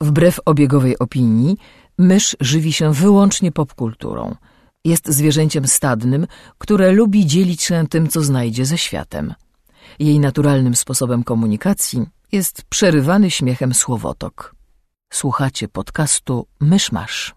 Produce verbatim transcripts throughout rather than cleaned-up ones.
Wbrew obiegowej opinii, mysz żywi się wyłącznie popkulturą. Jest zwierzęciem stadnym, które lubi dzielić się tym, co znajdzie ze światem. Jej naturalnym sposobem komunikacji jest przerywany śmiechem słowotok. Słuchacie podcastu Mysz Masz.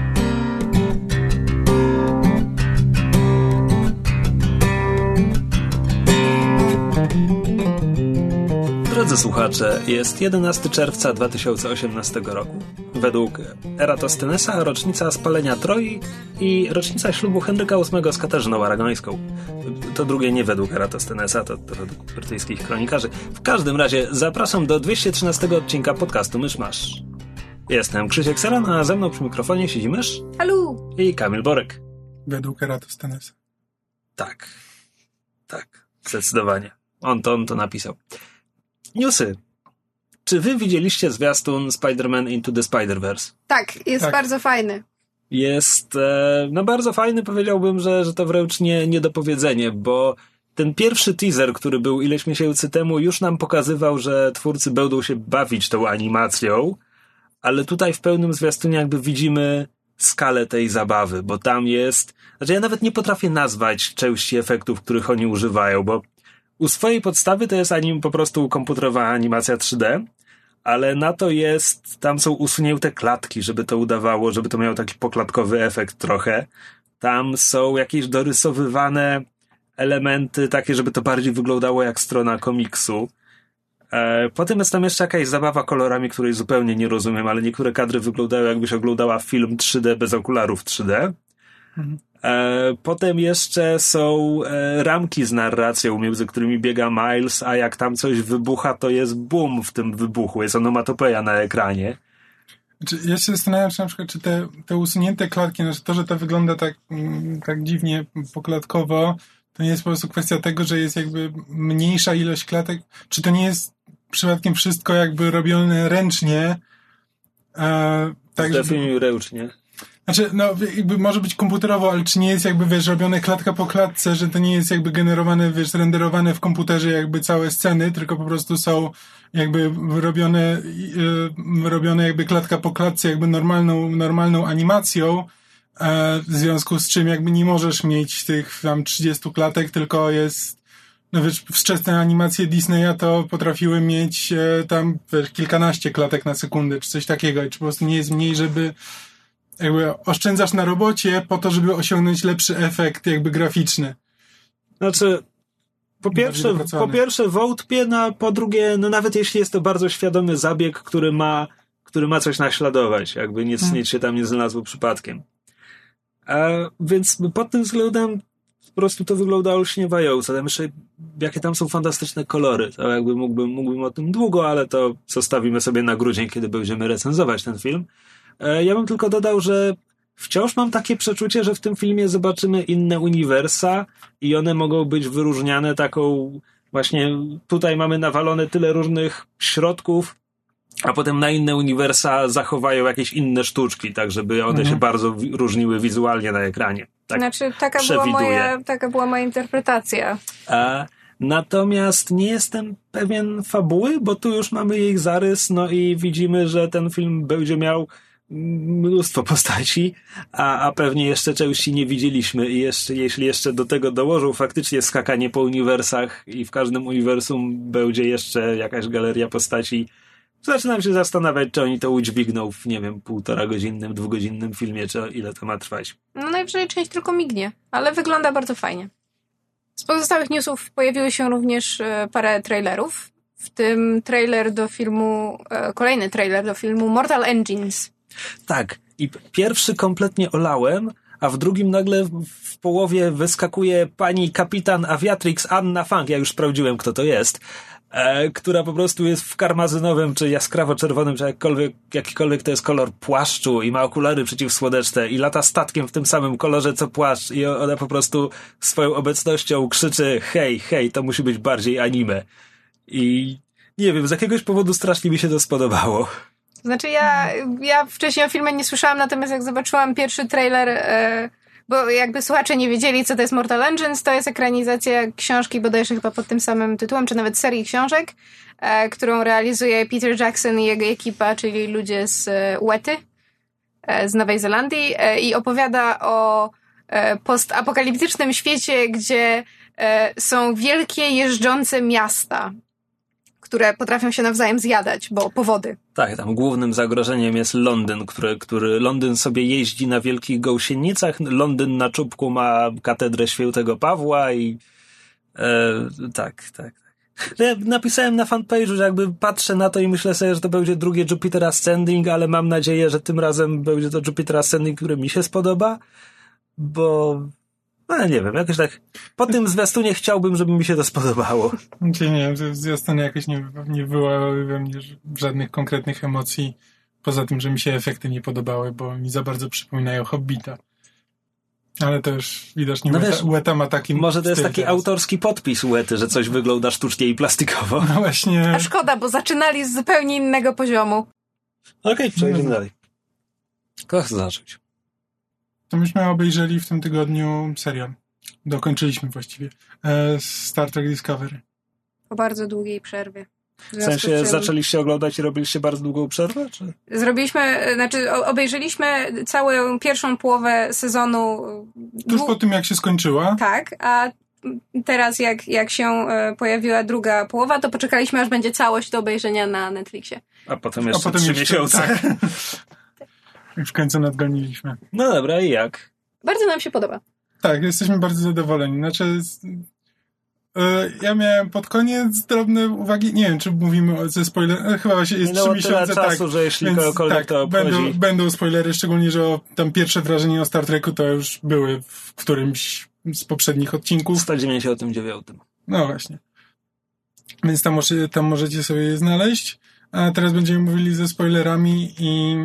Drodzy słuchacze, jest jedenastego czerwca dwa tysiące osiemnastego roku. Według Eratosthenesa rocznica spalenia Troi i rocznica ślubu Henryka ósmego z Katarzyną Aragońską. To drugie nie według Eratosthenesa, to, to według brytyjskich kronikarzy. W każdym razie zapraszam do dwieście trzynastego odcinka podcastu Mysz Masz. Jestem Krzysiek Seran, a ze mną przy mikrofonie siedzi Mysz. Halo! I Kamil Borek. Według Eratosthenesa. Tak. Tak. Zdecydowanie. On to, on to napisał. Newsy. Czy wy widzieliście zwiastun Spider-Man Into the Spider-Verse? Tak, jest tak. bardzo fajny. Jest, e, no bardzo fajny, powiedziałbym, że, że to wręcz nie, niedopowiedzenie, bo ten pierwszy teaser, który był ileś miesięcy temu, już nam pokazywał, że twórcy będą się bawić tą animacją, ale tutaj w pełnym zwiastunie jakby widzimy skalę tej zabawy, bo tam jest, znaczy ja nawet nie potrafię nazwać części efektów, których oni używają, bo u swojej podstawy to jest anim, po prostu komputerowa animacja trzy D, ale na to jest, tam są usunięte klatki, żeby to udawało, żeby to miało taki poklatkowy efekt trochę. Tam są jakieś dorysowywane elementy takie, żeby to bardziej wyglądało jak strona komiksu. E, potem jest tam jeszcze jakaś zabawa kolorami, której zupełnie nie rozumiem, ale niektóre kadry wyglądają, jakbyś oglądała film trzy D bez okularów trzy D. Mhm. E, potem jeszcze są e, ramki z narracją, między którymi biega Miles, a jak tam coś wybucha, to jest boom w tym wybuchu, jest onomatopeja na ekranie. Znaczy, ja się zastanawiam, czy na przykład, czy te, te usunięte klatki, znaczy to, że to wygląda tak, tak dziwnie poklatkowo, to nie jest po prostu kwestia tego, że jest jakby mniejsza ilość klatek, czy to nie jest przypadkiem wszystko jakby robione ręcznie, e, tak, Zdefiniuj żeby... ręcznie. Znaczy, no, jakby może być komputerowo, ale czy nie jest jakby, wiesz, robione klatka po klatce, że to nie jest jakby generowane, wiesz, renderowane w komputerze jakby całe sceny, tylko po prostu są jakby robione, yy, robione jakby klatka po klatce, jakby normalną, normalną animacją, e, w związku z czym jakby nie możesz mieć tych tam trzydziestu klatek, tylko jest, no wiesz, wczesne animacje Disneya to potrafiły mieć e, tam, wiesz, kilkanaście klatek na sekundę, czy coś takiego, i czy po prostu nie jest mniej, żeby jakby oszczędzasz na robocie po to, żeby osiągnąć lepszy efekt jakby graficzny. Znaczy, po pierwsze, po pierwsze wątpię, no, a po drugie, no nawet jeśli jest to bardzo świadomy zabieg, który ma, który ma coś naśladować, jakby nic, hmm. nic się tam nie znalazło przypadkiem. A, więc pod tym względem po prostu to wygląda olśniewająco. Tam jeszcze, jakie tam są fantastyczne kolory. To jakby mógłbym, mógłbym o tym długo, ale to zostawimy sobie na grudzień, kiedy będziemy recenzować ten film. Ja bym tylko dodał, że wciąż mam takie przeczucie, że w tym filmie zobaczymy inne uniwersa i one mogą być wyróżniane taką właśnie, tutaj mamy nawalone tyle różnych środków, a potem na inne uniwersa zachowają jakieś inne sztuczki, tak żeby one mhm. się bardzo wi- różniły wizualnie na ekranie. Tak znaczy, taka była, moja, taka była moja interpretacja. A natomiast nie jestem pewien fabuły, bo tu już mamy jej zarys, no i widzimy, że ten film będzie miał mnóstwo postaci, a, a pewnie jeszcze części nie widzieliśmy i jeszcze, jeśli jeszcze do tego dołożą faktycznie skakanie po uniwersach i w każdym uniwersum będzie jeszcze jakaś galeria postaci, zaczynam się zastanawiać, czy oni to udźwigną w, nie wiem, półtora godzinnym, dwugodzinnym filmie, czy ile to ma trwać. No najwyżej część tylko mignie, ale wygląda bardzo fajnie. Z pozostałych newsów pojawiły się również parę trailerów, w tym trailer do filmu, kolejny trailer do filmu Mortal Engines. Tak, i pierwszy kompletnie olałem, a w drugim nagle w połowie wyskakuje pani kapitan Aviatrix Anna Funk, ja już sprawdziłem, kto to jest, e, która po prostu jest w karmazynowym, czy jaskrawo-czerwonym, czy jakkolwiek, jakikolwiek to jest kolor płaszczu i ma okulary przeciwsłoneczne i lata statkiem w tym samym kolorze co płaszcz i ona po prostu swoją obecnością krzyczy hej, hej, to musi być bardziej anime. I nie wiem, z jakiegoś powodu strasznie mi się to spodobało. Znaczy ja, ja wcześniej o filmie nie słyszałam, natomiast jak zobaczyłam pierwszy trailer, e, bo jakby słuchacze nie wiedzieli, co to jest Mortal Engines, to jest ekranizacja książki bodajże chyba pod tym samym tytułem, czy nawet serii książek, e, którą realizuje Peter Jackson i jego ekipa, czyli ludzie z e, Wety, e, z Nowej Zelandii e, i opowiada o e, postapokaliptycznym świecie, gdzie e, są wielkie jeżdżące miasta, które potrafią się nawzajem zjadać, bo powody. Tak, tam głównym zagrożeniem jest Londyn, który, który Londyn sobie jeździ na wielkich gąsienicach. Londyn na czubku ma katedrę świętego Pawła i e, tak, tak. Ja napisałem na fanpage'u, że jakby patrzę na to i myślę sobie, że to będzie drugie Jupiter Ascending, ale mam nadzieję, że tym razem będzie to Jupiter Ascending, który mi się spodoba, bo no nie wiem, jakoś tak po tym zwiastunie chciałbym, żeby mi się to spodobało. Znaczy nie wiem, zwiastun jakoś nie, nie wywołały we mnie żadnych konkretnych emocji, poza tym, że mi się efekty nie podobały, bo mi za bardzo przypominają Hobbita. Ale to już widocznie no Weta, wiesz, Weta ma taki może to jest taki teraz. autorski podpis Wety, że coś wygląda sztucznie i plastikowo. No właśnie. A szkoda, bo zaczynali z zupełnie innego poziomu. Okej, okay, przejdźmy dalej. Kto chce zacząć? To myśmy obejrzeli w tym tygodniu serial. Dokończyliśmy właściwie. E, Star Trek Discovery. Po bardzo długiej przerwie. W, w sensie czym... zaczęliście oglądać i robiliście bardzo długą przerwę? Czy? Zrobiliśmy, znaczy obejrzeliśmy całą pierwszą połowę sezonu. Tuż po tym, jak się skończyła. Tak, a teraz jak, jak się pojawiła druga połowa, to poczekaliśmy, aż będzie całość do obejrzenia na Netflixie. A potem jeszcze a potem trzy jeszcze, miesiące. Tak. Już w końcu nadgoniliśmy. No dobra, i jak? Bardzo nam się podoba. Tak, jesteśmy bardzo zadowoleni. Znaczy, yy, ja miałem pod koniec drobne uwagi. Nie wiem, czy mówimy o ze spoiler. Chyba właśnie jest trzy miesiące. Czasu, tak, że jeśli więc, kogokolwiek tak, to obchodzi. będą, będą spoilery, szczególnie, że o, tam pierwsze wrażenia o Star Treku to już były w którymś z poprzednich odcinków. W sto dziewięćdziesiątym dziewiątym. No właśnie. Więc tam, może, tam możecie sobie je znaleźć. A teraz będziemy mówili ze spoilerami i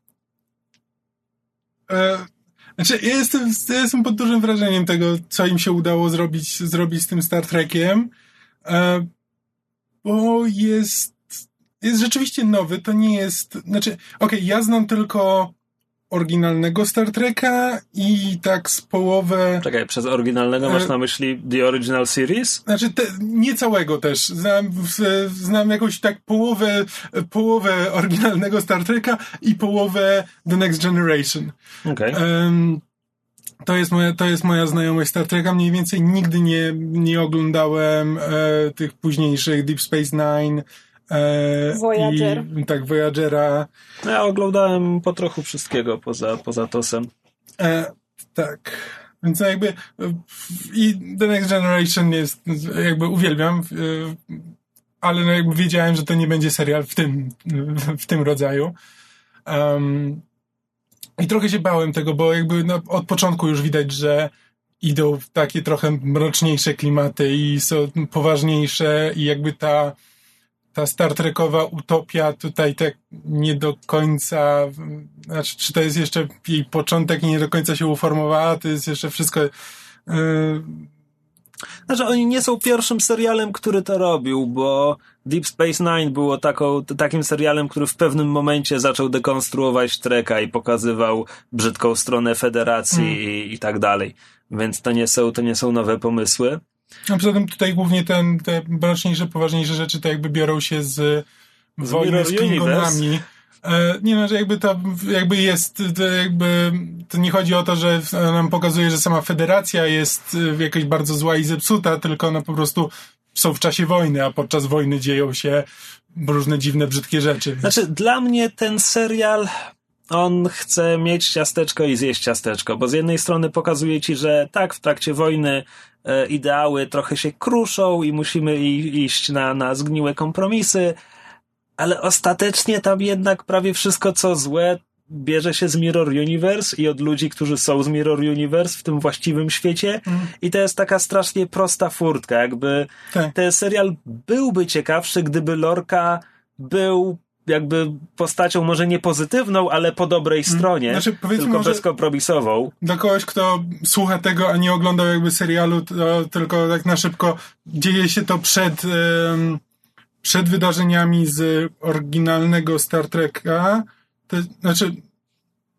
e, znaczy, ja jestem, ja jestem pod dużym wrażeniem tego, co im się udało zrobić, zrobić z tym Star Trekiem, e, bo jest, jest rzeczywiście nowy, to nie jest, znaczy, okej, okay, ja znam tylko oryginalnego Star Treka i tak z połowę... Czekaj, przez oryginalnego masz na myśli The Original Series? Znaczy, te, nie całego też. Znam, w, znam jakąś tak połowę, połowę oryginalnego Star Treka i połowę The Next Generation. Okay. Um, to jest moja, to jest moja znajomość Star Treka. Mniej więcej nigdy nie, nie oglądałem e, tych późniejszych Deep Space Nine, E, Voyager. I, tak, Voyagera. Ja oglądałem po trochu wszystkiego poza, poza TOSem. E, tak. Więc jakby i The Next Generation jest, jakby uwielbiam, ale no jakby wiedziałem, że to nie będzie serial w tym, w tym rodzaju. Um, I trochę się bałem tego, bo jakby no, od początku już widać, że idą w takie trochę mroczniejsze klimaty i są poważniejsze i jakby ta ta Star Trekowa utopia tutaj tak nie do końca, znaczy, czy to jest jeszcze jej początek i nie do końca się uformowała, to jest jeszcze wszystko... Yy... Znaczy, oni nie są pierwszym serialem, który to robił, bo Deep Space Nine było taką, takim serialem, który w pewnym momencie zaczął dekonstruować Treka i pokazywał brzydką stronę Federacji hmm. i, i tak dalej. Więc to nie są, to nie są nowe pomysły. A poza tym tutaj głównie ten, te mroczniejsze, poważniejsze rzeczy to jakby biorą się z, z wojny z Klingonami. E, nie no, że jakby to jakby jest, to jakby to nie chodzi o to, że nam pokazuje, że sama Federacja jest jakoś bardzo zła i zepsuta, tylko ona po prostu są w czasie wojny, a podczas wojny dzieją się różne dziwne, brzydkie rzeczy. Więc... Znaczy, dla mnie ten serial... On chce mieć ciasteczko i zjeść ciasteczko, bo z jednej strony pokazuje ci, że tak, w trakcie wojny e, ideały trochę się kruszą i musimy i, iść na, na zgniłe kompromisy, ale ostatecznie tam jednak prawie wszystko, co złe, bierze się z Mirror Universe i od ludzi, którzy są z Mirror Universe w tym właściwym świecie mm. i to jest taka strasznie prosta furtka, jakby tak. Ten serial byłby ciekawszy, gdyby Lorca był jakby postacią może nie pozytywną, ale po dobrej stronie, znaczy, tylko bezkompromisową. Dla kogoś, kto słucha tego, a nie oglądał jakby serialu, to tylko tak na szybko dzieje się to przed, um, przed wydarzeniami z oryginalnego Star Treka. To znaczy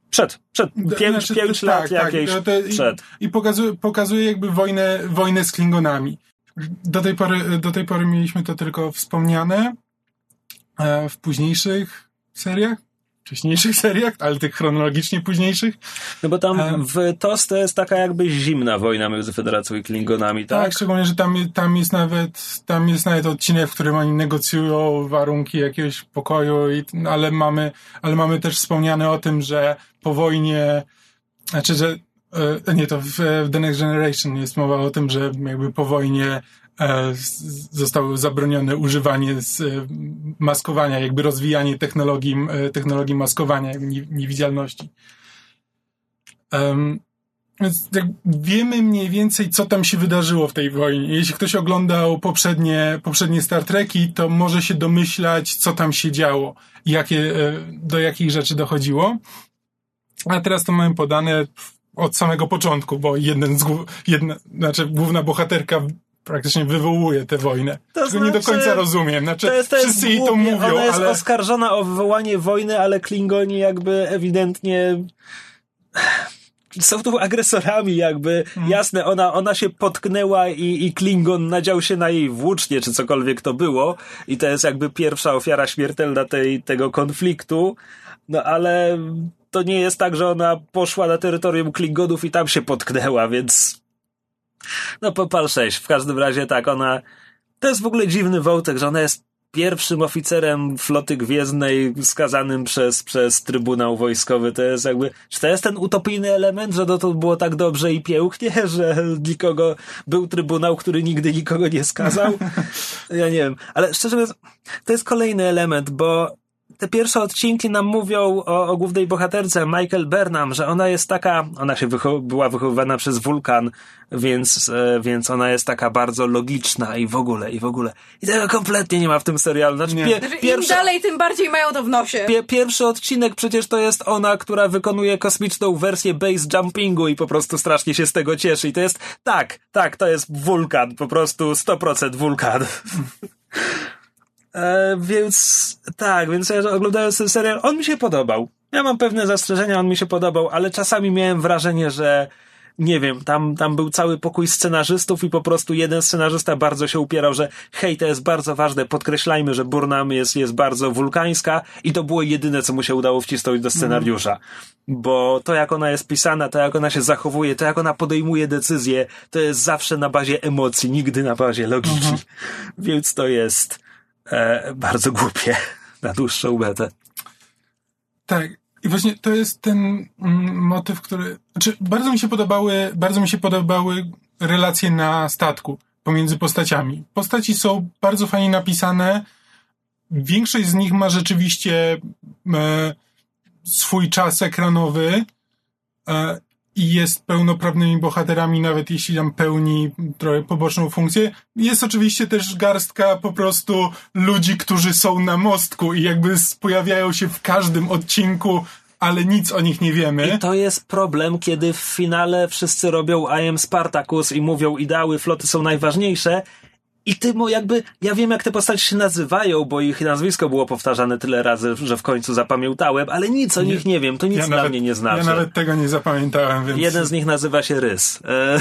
Przed, przed, pięć, znaczy, pięć lat tak, jakieś tak, te, przed. I, i pokazuje, pokazuje jakby wojnę, wojnę z Klingonami. Do tej pory, do tej pory mieliśmy to tylko wspomniane e, w późniejszych seriach, wcześniejszych seriach, ale tych chronologicznie późniejszych. No bo tam e, w T O S to jest taka jakby zimna wojna między Federacją i Klingonami, tak? Tak, szczególnie, że tam, tam jest nawet tam jest nawet odcinek, w którym oni negocjują warunki jakiegoś pokoju, i, ale mamy, ale mamy też wspomniane o tym, że po wojnie, znaczy, że e, nie, to w, w The Next Generation jest mowa o tym, że jakby po wojnie e, zostało zabronione używanie z, e, maskowania, jakby rozwijanie technologii, e, technologii maskowania, jakby niewidzialności. Um, Więc tak wiemy mniej więcej, co tam się wydarzyło w tej wojnie. Jeśli ktoś oglądał poprzednie, poprzednie Star Treki, to może się domyślać, co tam się działo, jakie, do jakich rzeczy dochodziło. A teraz to mamy podane od samego początku, bo jeden z, jedna, znaczy główna bohaterka praktycznie wywołuje tę wojnę. To Czego znaczy, nie do końca rozumiem. Znaczy, to jest, to wszyscy jej to mówią, ona jest ale... oskarżona o wywołanie wojny, ale Klingoni jakby ewidentnie... są tu agresorami jakby, hmm. jasne, ona, ona się potknęła i, i Klingon nadział się na jej włócznie, czy cokolwiek to było i to jest jakby pierwsza ofiara śmiertelna tej, tego konfliktu, no ale to nie jest tak, że ona poszła na terytorium Klingonów i tam się potknęła, więc no popal sześć, w każdym razie tak, ona, to jest w ogóle dziwny wątek, że ona jest pierwszym oficerem floty gwiezdnej skazanym przez, przez Trybunał Wojskowy. To jest jakby, czy to jest ten utopijny element, że to było tak dobrze i pięknie, że nikogo, był Trybunał, który nigdy nikogo nie skazał? Ja nie wiem, ale szczerze mówiąc, to jest kolejny element, bo te pierwsze odcinki nam mówią o, o głównej bohaterce Michael Burnham, że ona jest taka, ona się wycho- była wychowywana przez wulkan, więc, e, więc ona jest taka bardzo logiczna i w ogóle, i w ogóle. I tego kompletnie nie ma w tym serialu. Znaczy, pie- znaczy, pierwszy, im dalej, tym bardziej mają to w nosie. Pie- pierwszy odcinek przecież to jest ona, która wykonuje kosmiczną wersję base jumpingu i po prostu strasznie się z tego cieszy. I to jest, tak, tak, to jest wulkan, po prostu sto procent wulkan. E, więc tak, więc ja oglądając ten serial, on mi się podobał. Ja mam pewne zastrzeżenia, on mi się podobał, ale czasami miałem wrażenie, że nie wiem, tam, tam był cały pokój scenarzystów i po prostu jeden scenarzysta bardzo się upierał, że hej, to jest bardzo ważne, podkreślajmy, że Burnham jest, jest bardzo wulkańska i to było jedyne, co mu się udało wcisnąć do scenariusza. Mm. Bo to, jak ona jest pisana, to, jak ona się zachowuje, to, jak ona podejmuje decyzje, to jest zawsze na bazie emocji, nigdy na bazie logiki. Mm. Więc to jest e, bardzo głupie na dłuższą metę. Tak. I właśnie to jest ten mm, motyw, który... Znaczy, bardzo mi się podobały, bardzo mi się podobały relacje na statku pomiędzy postaciami. Postaci są bardzo fajnie napisane. Większość z nich ma rzeczywiście e, swój czas ekranowy e, i jest pełnoprawnymi bohaterami, nawet jeśli tam pełni trochę poboczną funkcję. Jest oczywiście też garstka po prostu ludzi, którzy są na mostku i jakby pojawiają się w każdym odcinku, ale nic o nich nie wiemy. I to jest problem, kiedy w finale wszyscy robią I am Spartacus i mówią, ideały floty są najważniejsze. I ty mu jakby, ja wiem jak te postacie się nazywają, bo ich nazwisko było powtarzane tyle razy, że w końcu zapamiętałem, ale nic o nie, nich nie wiem, to nic ja dla nawet, mnie nie znaczy. Ja nawet tego nie zapamiętałem, więc... Jeden z nich nazywa się Rys. E...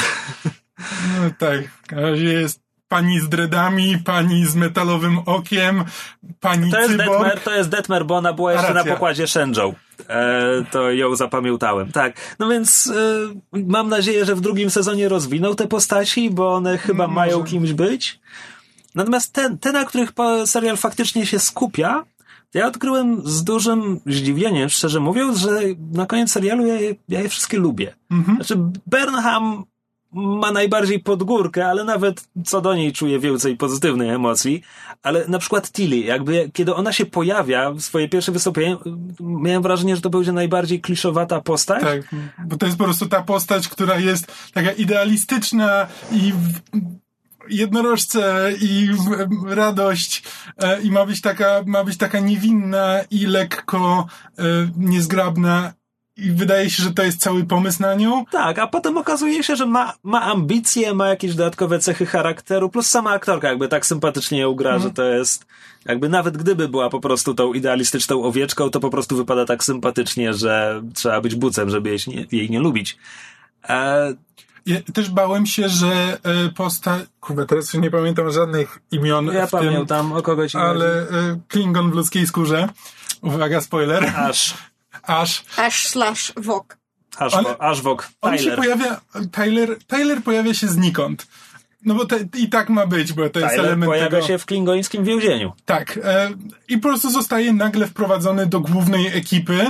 No tak, na razie jest pani z dreadami, pani z metalowym okiem, pani to jest cyborg. Detmer, to jest Detmer, bo ona była jeszcze na pokładzie Shenzhou. E, to ją zapamiętałem. Tak, no więc e, mam nadzieję, że w drugim sezonie rozwiną te postaci, bo one chyba no, mają kimś być. Natomiast te, te, na których serial faktycznie się skupia, ja odkryłem z dużym zdziwieniem, szczerze mówiąc, że na koniec serialu ja je, ja je wszystkie lubię. Mhm. Znaczy Burnham ma najbardziej pod górkę, ale nawet co do niej czuję więcej pozytywnych emocji, ale na przykład Tilly, jakby kiedy ona się pojawia w swoje pierwsze wystąpienie, miałem wrażenie, że to będzie najbardziej kliszowata postać. Tak, bo to jest po prostu ta postać, która jest taka idealistyczna i jednorożce i radość i ma być taka, ma być taka niewinna i lekko niezgrabna. i wydaje się, że to jest cały pomysł na nią. Tak, a potem okazuje się, że ma, ma ambicje, ma jakieś dodatkowe cechy charakteru, plus sama aktorka jakby tak sympatycznie ją gra, mm. że to jest jakby nawet gdyby była po prostu tą idealistyczną owieczką, to po prostu wypada tak sympatycznie, że trzeba być bucem, żeby jej nie, jej nie lubić. E... Ja też bałem się, że postać... Kurwa, teraz nie pamiętam żadnych imion ja w tym... Ja pamiętam o kogoś innego. Ale Klingon w ludzkiej skórze. Uwaga, spoiler. Aż. Aż. Aż slash Wok. Aż, on, aż Wok. On się pojawia... Tyler, Tyler pojawia się znikąd. No bo te, i tak ma być, bo to Tyler jest element pojawia tego... się w klingońskim więzieniu. Tak. E, I po prostu zostaje nagle wprowadzony do głównej ekipy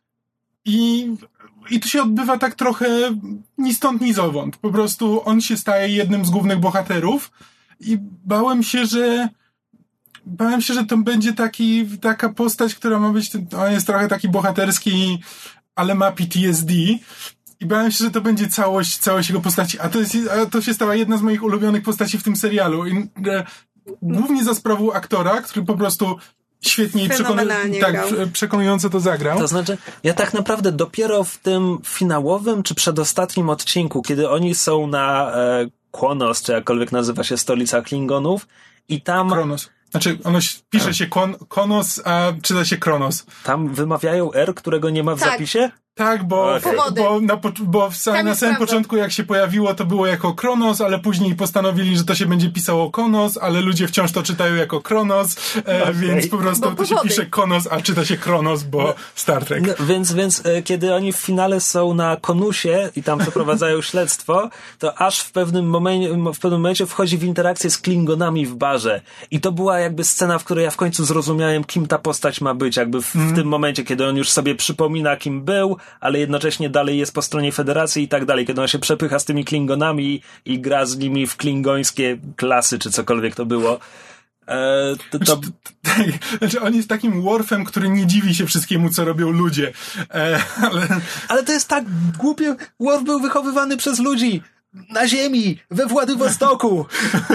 i... I to się odbywa tak trochę ni stąd, ni zowąd. Po prostu on się staje jednym z głównych bohaterów i bałem się, że bałem się, że to będzie taki, taka postać, która ma być, on jest trochę taki bohaterski, ale ma P T S D i bałem się, że to będzie całość, całość jego postaci. A to jest, a to się stała jedna z moich ulubionych postaci w tym serialu. I, e, głównie za sprawą aktora, który po prostu świetnie i przekonu- tak, przekonująco to zagrał. To znaczy, ja tak naprawdę dopiero w tym finałowym czy przedostatnim odcinku, kiedy oni są na e, Kronos, czy jakkolwiek nazywa się stolica Klingonów i tam... Kronos. Znaczy, ono pisze się kon, Konos, a czyta się Kronos. Tam wymawiają R, którego nie ma w tak. zapisie? Tak, bo, okay. bo, na, bo w, na samym początku jak się pojawiło, to było jako Kronos, ale później postanowili, że to się będzie pisało Konos, ale ludzie wciąż to czytają jako Kronos, e, okay. więc po prostu bo to się pisze Konos, a czyta się Kronos, bo no, Star Trek. No, więc, więc e, kiedy oni w finale są na Konusie i tam przeprowadzają śledztwo, to aż w pewnym momencie, w pewnym momencie wchodzi w interakcję z Klingonami w barze. I to była jakby scena, w której ja w końcu zrozumiałem, kim ta postać ma być. Jakby w, mm. w tym momencie, kiedy on już sobie przypomina, kim był, ale jednocześnie dalej jest po stronie Federacji i tak dalej, kiedy on się przepycha z tymi Klingonami i gra z nimi w klingońskie klasy, czy cokolwiek to było. E, to, to... Znaczy, znaczy, on jest takim Worfem, który nie dziwi się wszystkiemu, co robią ludzie. E, ale... ale to jest tak głupie. Worf był wychowywany przez ludzi na ziemi, we Władywostoku.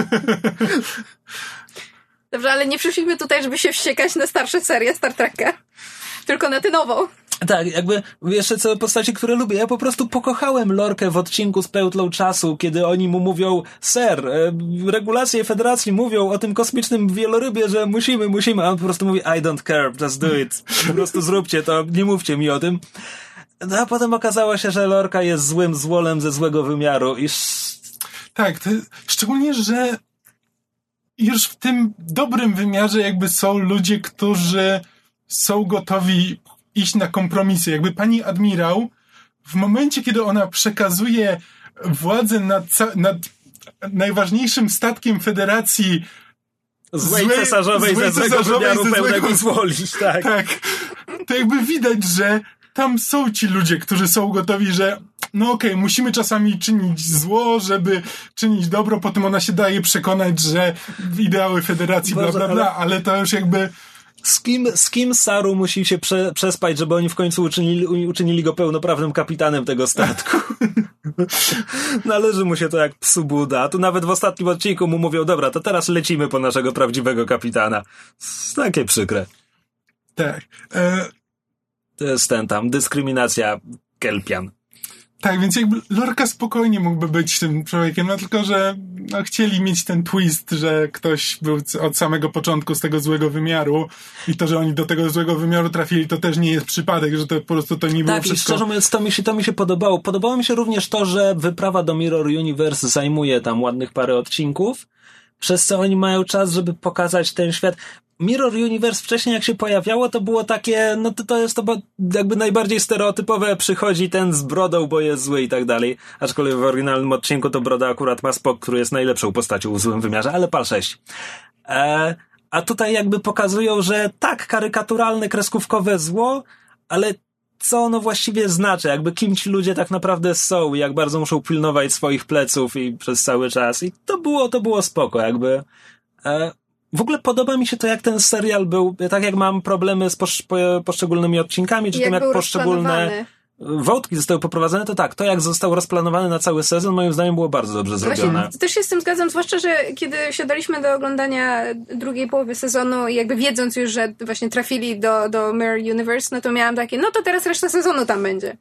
Dobrze, ale nie przyszliśmy tutaj, żeby się wściekać na starsze serie Star Treka, tylko na tę nową. Tak, jakby jeszcze co postaci, które lubię. Ja po prostu pokochałem Lorkę w odcinku z Pętlą Czasu, kiedy oni mu mówią, ser, e, regulacje Federacji mówią o tym kosmicznym wielorybie, że musimy, musimy, a on po prostu mówi, I don't care, just do it. Po prostu zróbcie to, nie mówcie mi o tym. No a potem okazało się, że Lorka jest złym złolem ze złego wymiaru i... Tak, to jest, szczególnie, że już w tym dobrym wymiarze jakby są ludzie, którzy są gotowi iść na kompromisy. Jakby pani admirał w momencie, kiedy ona przekazuje władzę nad, nad najważniejszym statkiem Federacji złej złej, cesarzowej złej ze złego wymiaru pełnego zwoli, tak. Tak. To jakby widać, że tam są ci ludzie, którzy są gotowi, że no okej, okay, musimy czasami czynić zło, żeby czynić dobro, potem ona się daje przekonać, że ideały Federacji, bla, bla, bla, ale to już jakby... Z kim, z kim Saru musi się prze, przespać, żeby oni w końcu uczynili, uczynili go pełnoprawnym kapitanem tego statku? Należy mu się to jak psu Buda. Tu nawet w ostatnim odcinku mu mówią, dobra, to teraz lecimy po naszego prawdziwego kapitana. Takie przykre. Tak. E... To jest ten tam, dyskryminacja Kelpian. Tak, więc jakby Lorca spokojnie mógłby być tym człowiekiem, no tylko, że no, chcieli mieć ten twist, że ktoś był od samego początku z tego złego wymiaru i to, że oni do tego złego wymiaru trafili, to też nie jest przypadek, że to po prostu to nie było tak, wszystko... Tak, i szczerze mówiąc, to mi, się, to mi się podobało. Podobało mi się również to, że wyprawa do Mirror Universe zajmuje tam ładnych parę odcinków, przez co oni mają czas, żeby pokazać ten świat... Mirror Universe wcześniej jak się pojawiało, to było takie, no to, to jest to jakby najbardziej stereotypowe, przychodzi ten z brodą, bo jest zły i tak dalej. Aczkolwiek w oryginalnym odcinku to broda akurat ma Spock, który jest najlepszą postacią w złym wymiarze, ale pal sześć. E, a tutaj jakby pokazują, że tak, karykaturalne, kreskówkowe zło, ale co ono właściwie znaczy, jakby kim ci ludzie tak naprawdę są i jak bardzo muszą pilnować swoich pleców i przez cały czas. I to było, to było spoko, jakby... E, W ogóle podoba mi się to, jak ten serial był, tak jak mam problemy z posz, po, poszczególnymi odcinkami, czy jak tym jak poszczególne wątki zostały poprowadzone, to tak, to jak został rozplanowany na cały sezon, moim zdaniem było bardzo dobrze zrobione. Właśnie, też się z tym zgadzam, zwłaszcza, że kiedy siadaliśmy do oglądania drugiej połowy sezonu i jakby wiedząc już, że właśnie trafili do, do Mirror Universe, no to miałam takie, no to teraz reszta sezonu tam będzie.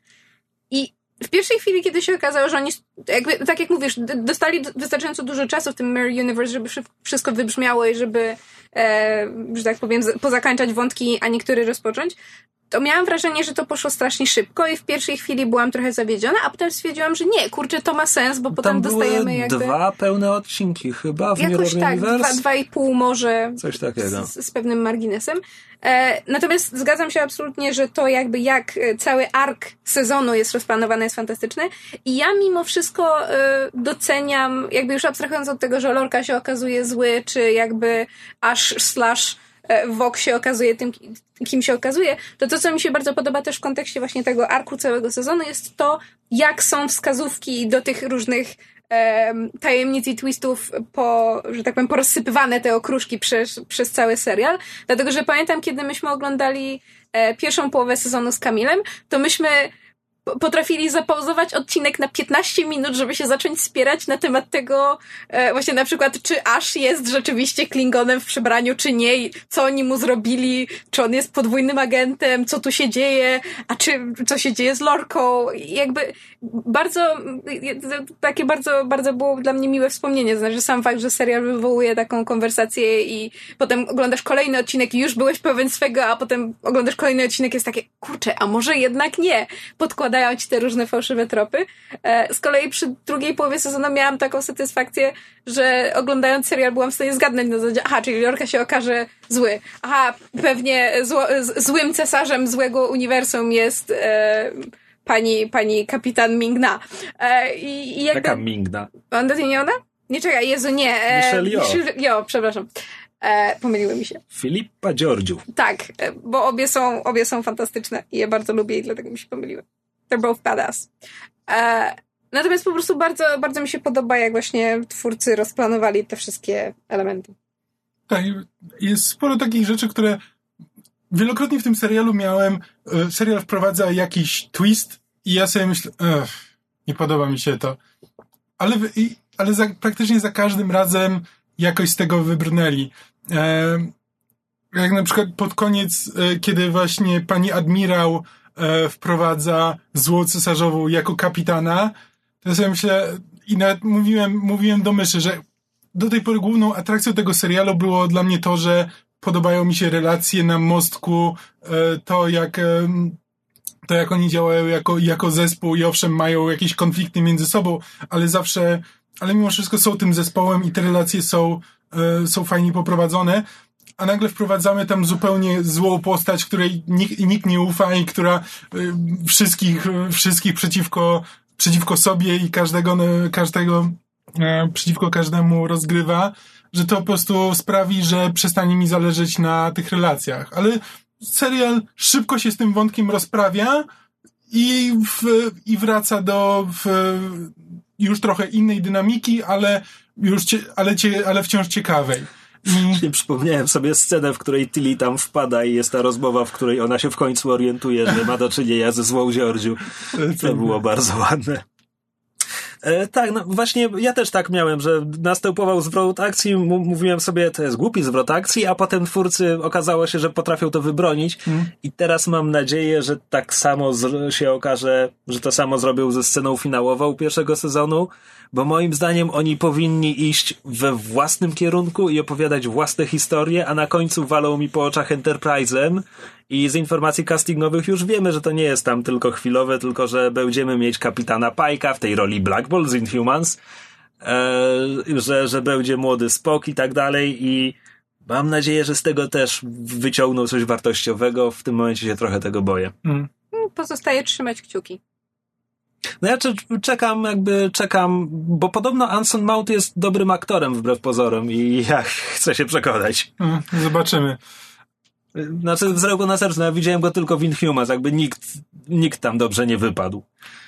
I w pierwszej chwili, kiedy się okazało, że oni, jakby, tak jak mówisz, dostali wystarczająco dużo czasu w tym Mirror Universe, żeby wszystko wybrzmiało i żeby, e, że tak powiem, pozakańczać wątki, a niektóre rozpocząć, to miałam wrażenie, że to poszło strasznie szybko i w pierwszej chwili byłam trochę zawiedziona, a potem stwierdziłam, że nie, kurczę, to ma sens, bo potem tam dostajemy były jakby... dwa pełne odcinki chyba w Jakoś Mirror tak, Universe? dwa, dwa i pół może Coś takiego. z, z pewnym marginesem. E, natomiast zgadzam się absolutnie, że to jakby jak cały ark sezonu jest rozplanowany, jest fantastyczny i ja mimo wszystko e, doceniam, jakby już abstrahując od tego, że Lorca się okazuje zły, czy jakby Ash slash Vogue się okazuje tym, kim się okazuje, to to, co mi się bardzo podoba też w kontekście właśnie tego arku całego sezonu, jest to, jak są wskazówki do tych różnych um, tajemnic i twistów po, że tak powiem, porozsypywane te okruszki przez, przez cały serial. Dlatego, że pamiętam, kiedy myśmy oglądali e, pierwszą połowę sezonu z Kamilem, to myśmy potrafili zapauzować odcinek na piętnaście minut, żeby się zacząć spierać na temat tego, e, właśnie na przykład, czy Ash jest rzeczywiście Klingonem w przebraniu, czy nie, i co oni mu zrobili, czy on jest podwójnym agentem, co tu się dzieje, a czy co się dzieje z Lorką. I jakby bardzo, takie bardzo, bardzo było dla mnie miłe wspomnienie. Znaczy, że sam fakt, że serial wywołuje taką konwersację i potem oglądasz kolejny odcinek i już byłeś pewien swego, a potem oglądasz kolejny odcinek, jest takie, kurczę, a może jednak nie. Podkładają ci te różne fałszywe tropy. Z kolei przy drugiej połowie sezonu miałam taką satysfakcję, że oglądając serial byłam w stanie zgadnąć na zasadzie, aha, czyli Lorca się okaże zły. Aha, pewnie zło, z, złym cesarzem złego uniwersum jest e, pani, pani kapitan Ming-Na. E, i, i jakby... Taka Ming-Na. Ona to nie ona? Nie, czekaj, Jezu, nie. E, Michelle Yeoh. Jo, przepraszam. E, pomyliły mi się. Filipa Georgiou. Tak, bo obie są, obie są fantastyczne i je bardzo lubię i dlatego mi się pomyliły. They're both badass. E, natomiast po prostu bardzo, bardzo mi się podoba, jak właśnie twórcy rozplanowali te wszystkie elementy. Tak, jest sporo takich rzeczy, które wielokrotnie w tym serialu miałem, serial wprowadza jakiś twist i ja sobie myślę, ech, nie podoba mi się to. Ale, ale za, praktycznie za każdym razem jakoś z tego wybrnęli. E, jak na przykład pod koniec, e, kiedy właśnie pani admirał e, wprowadza złą cesarzową jako kapitana, to ja sobie myślę, i nawet mówiłem, mówiłem do myszy, że do tej pory główną atrakcją tego serialu było dla mnie to, że podobają mi się relacje na mostku, e, to jak e, to jak oni działają jako, jako zespół i owszem mają jakieś konflikty między sobą, ale zawsze ale mimo wszystko są tym zespołem i te relacje są, y, są fajnie poprowadzone, a nagle wprowadzamy tam zupełnie złą postać, której nikt, nikt nie ufa i która y, wszystkich, y, wszystkich przeciwko, przeciwko sobie i każdego, y, każdego y, przeciwko każdemu rozgrywa, że to po prostu sprawi, że przestanie mi zależeć na tych relacjach. Ale serial szybko się z tym wątkiem rozprawia i, w, i wraca do w, już trochę innej dynamiki, ale już cie, ale, cie, ale wciąż ciekawej. I... Nie przypomniałem sobie scenę, w której Tilly tam wpada i jest ta rozmowa, w której ona się w końcu orientuje, że ma do czynienia ze złą Georgiou. To było bardzo ładne. E, tak, no właśnie ja też tak miałem, że następował zwrot akcji, m- mówiłem sobie, to jest głupi zwrot akcji, a potem twórcy okazało się, że potrafią to wybronić hmm. i teraz mam nadzieję, że tak samo z- się okaże, że to samo zrobią ze sceną finałową pierwszego sezonu, bo moim zdaniem oni powinni iść we własnym kierunku i opowiadać własne historie, a na końcu walą mi po oczach Enterprise'em i z informacji castingowych już wiemy, że to nie jest tam tylko chwilowe, tylko że będziemy mieć kapitana Pike'a w tej roli Black Bolt z Inhumans, e, że, że będzie młody Spock i tak dalej i mam nadzieję, że z tego też wyciągną coś wartościowego. W tym momencie się trochę tego boję. Hmm. Pozostaje trzymać kciuki. No ja czekam, jakby czekam, bo podobno Anson Mount jest dobrym aktorem wbrew pozorom i ja chcę się przekonać. Hmm, zobaczymy. Znaczy, zrobił go na sercu, no ja widziałem go tylko w Inhumans, jakby nikt, nikt tam dobrze nie wypadł.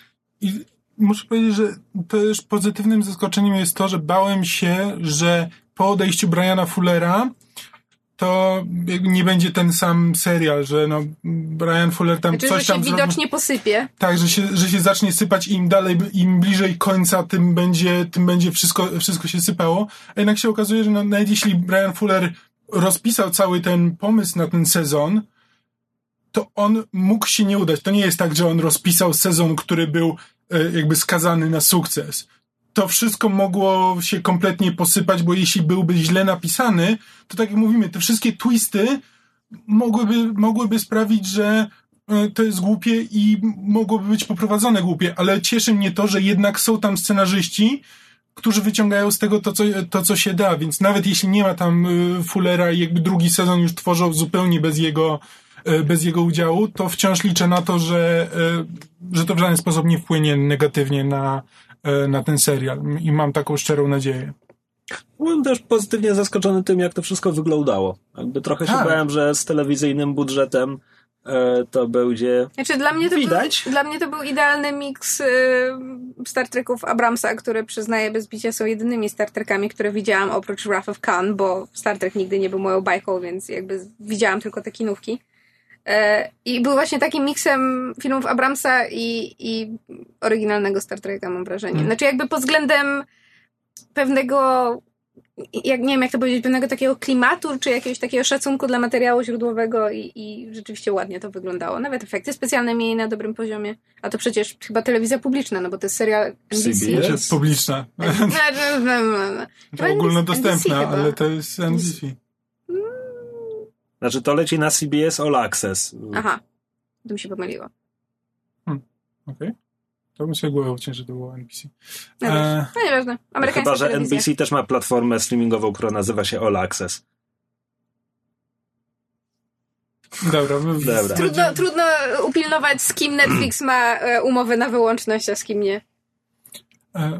I muszę powiedzieć, że też pozytywnym zaskoczeniem jest to, że bałem się, że po odejściu Briana Fullera to nie będzie ten sam serial, że no Ryan Fuller tam znaczy, coś że tam się widocznie posypie. Tak, że się, że się zacznie sypać i im dalej, im bliżej końca, tym będzie, tym będzie wszystko, wszystko się sypało. A jednak się okazuje, że no, nawet jeśli Ryan Fuller rozpisał cały ten pomysł na ten sezon, to on mógł się nie udać. To nie jest tak, że on rozpisał sezon, który był e, jakby skazany na sukces. To wszystko mogło się kompletnie posypać, bo jeśli byłby źle napisany, to tak jak mówimy, te wszystkie twisty mogłyby, mogłyby sprawić, że to jest głupie i mogłoby być poprowadzone głupie, ale cieszy mnie to, że jednak są tam scenarzyści, którzy wyciągają z tego to co, to, co się da, więc nawet jeśli nie ma tam Fullera i jakby drugi sezon już tworzą zupełnie bez jego, bez jego udziału, to wciąż liczę na to, że, że to w żaden sposób nie wpłynie negatywnie na, na ten serial i mam taką szczerą nadzieję. Byłem też pozytywnie zaskoczony tym, jak to wszystko wyglądało. Jakby trochę się tak. bałem, że z telewizyjnym budżetem e, to będzie znaczy, dla mnie to widać. Był, dla mnie to był idealny miks y, Star Treków Abramsa, które przyznaję bez bicia są jedynymi Star Trekami, które widziałam oprócz Wrath of Khan, bo Star Trek nigdy nie był moją bajką, więc jakby widziałam tylko te kinówki. E, I był właśnie takim miksem filmów Abramsa i, i oryginalnego Star Treka, mam wrażenie. Hmm. Znaczy jakby pod względem pewnego, jak nie wiem jak to powiedzieć, pewnego takiego klimatu, czy jakiegoś takiego szacunku dla materiału źródłowego i, i rzeczywiście ładnie to wyglądało. Nawet efekty specjalne mieli na dobrym poziomie. A to przecież chyba telewizja publiczna, no bo to jest serial N B C. C B S jest publiczna. To ogólnodostępna, ale to jest N B C. Znaczy to leci na C B S All Access. Aha, to mi się pomyliło. Hmm. Okej. Okay. To bym sobie głowę uciął, że to było N B C. No, e... no nieważne. Amerykańska Chyba, że telewizja. N B C też ma platformę streamingową, która nazywa się All Access. Dobra. Dobra. Trudno, trudno upilnować, z kim Netflix ma umowę na wyłączność, a z kim nie. E...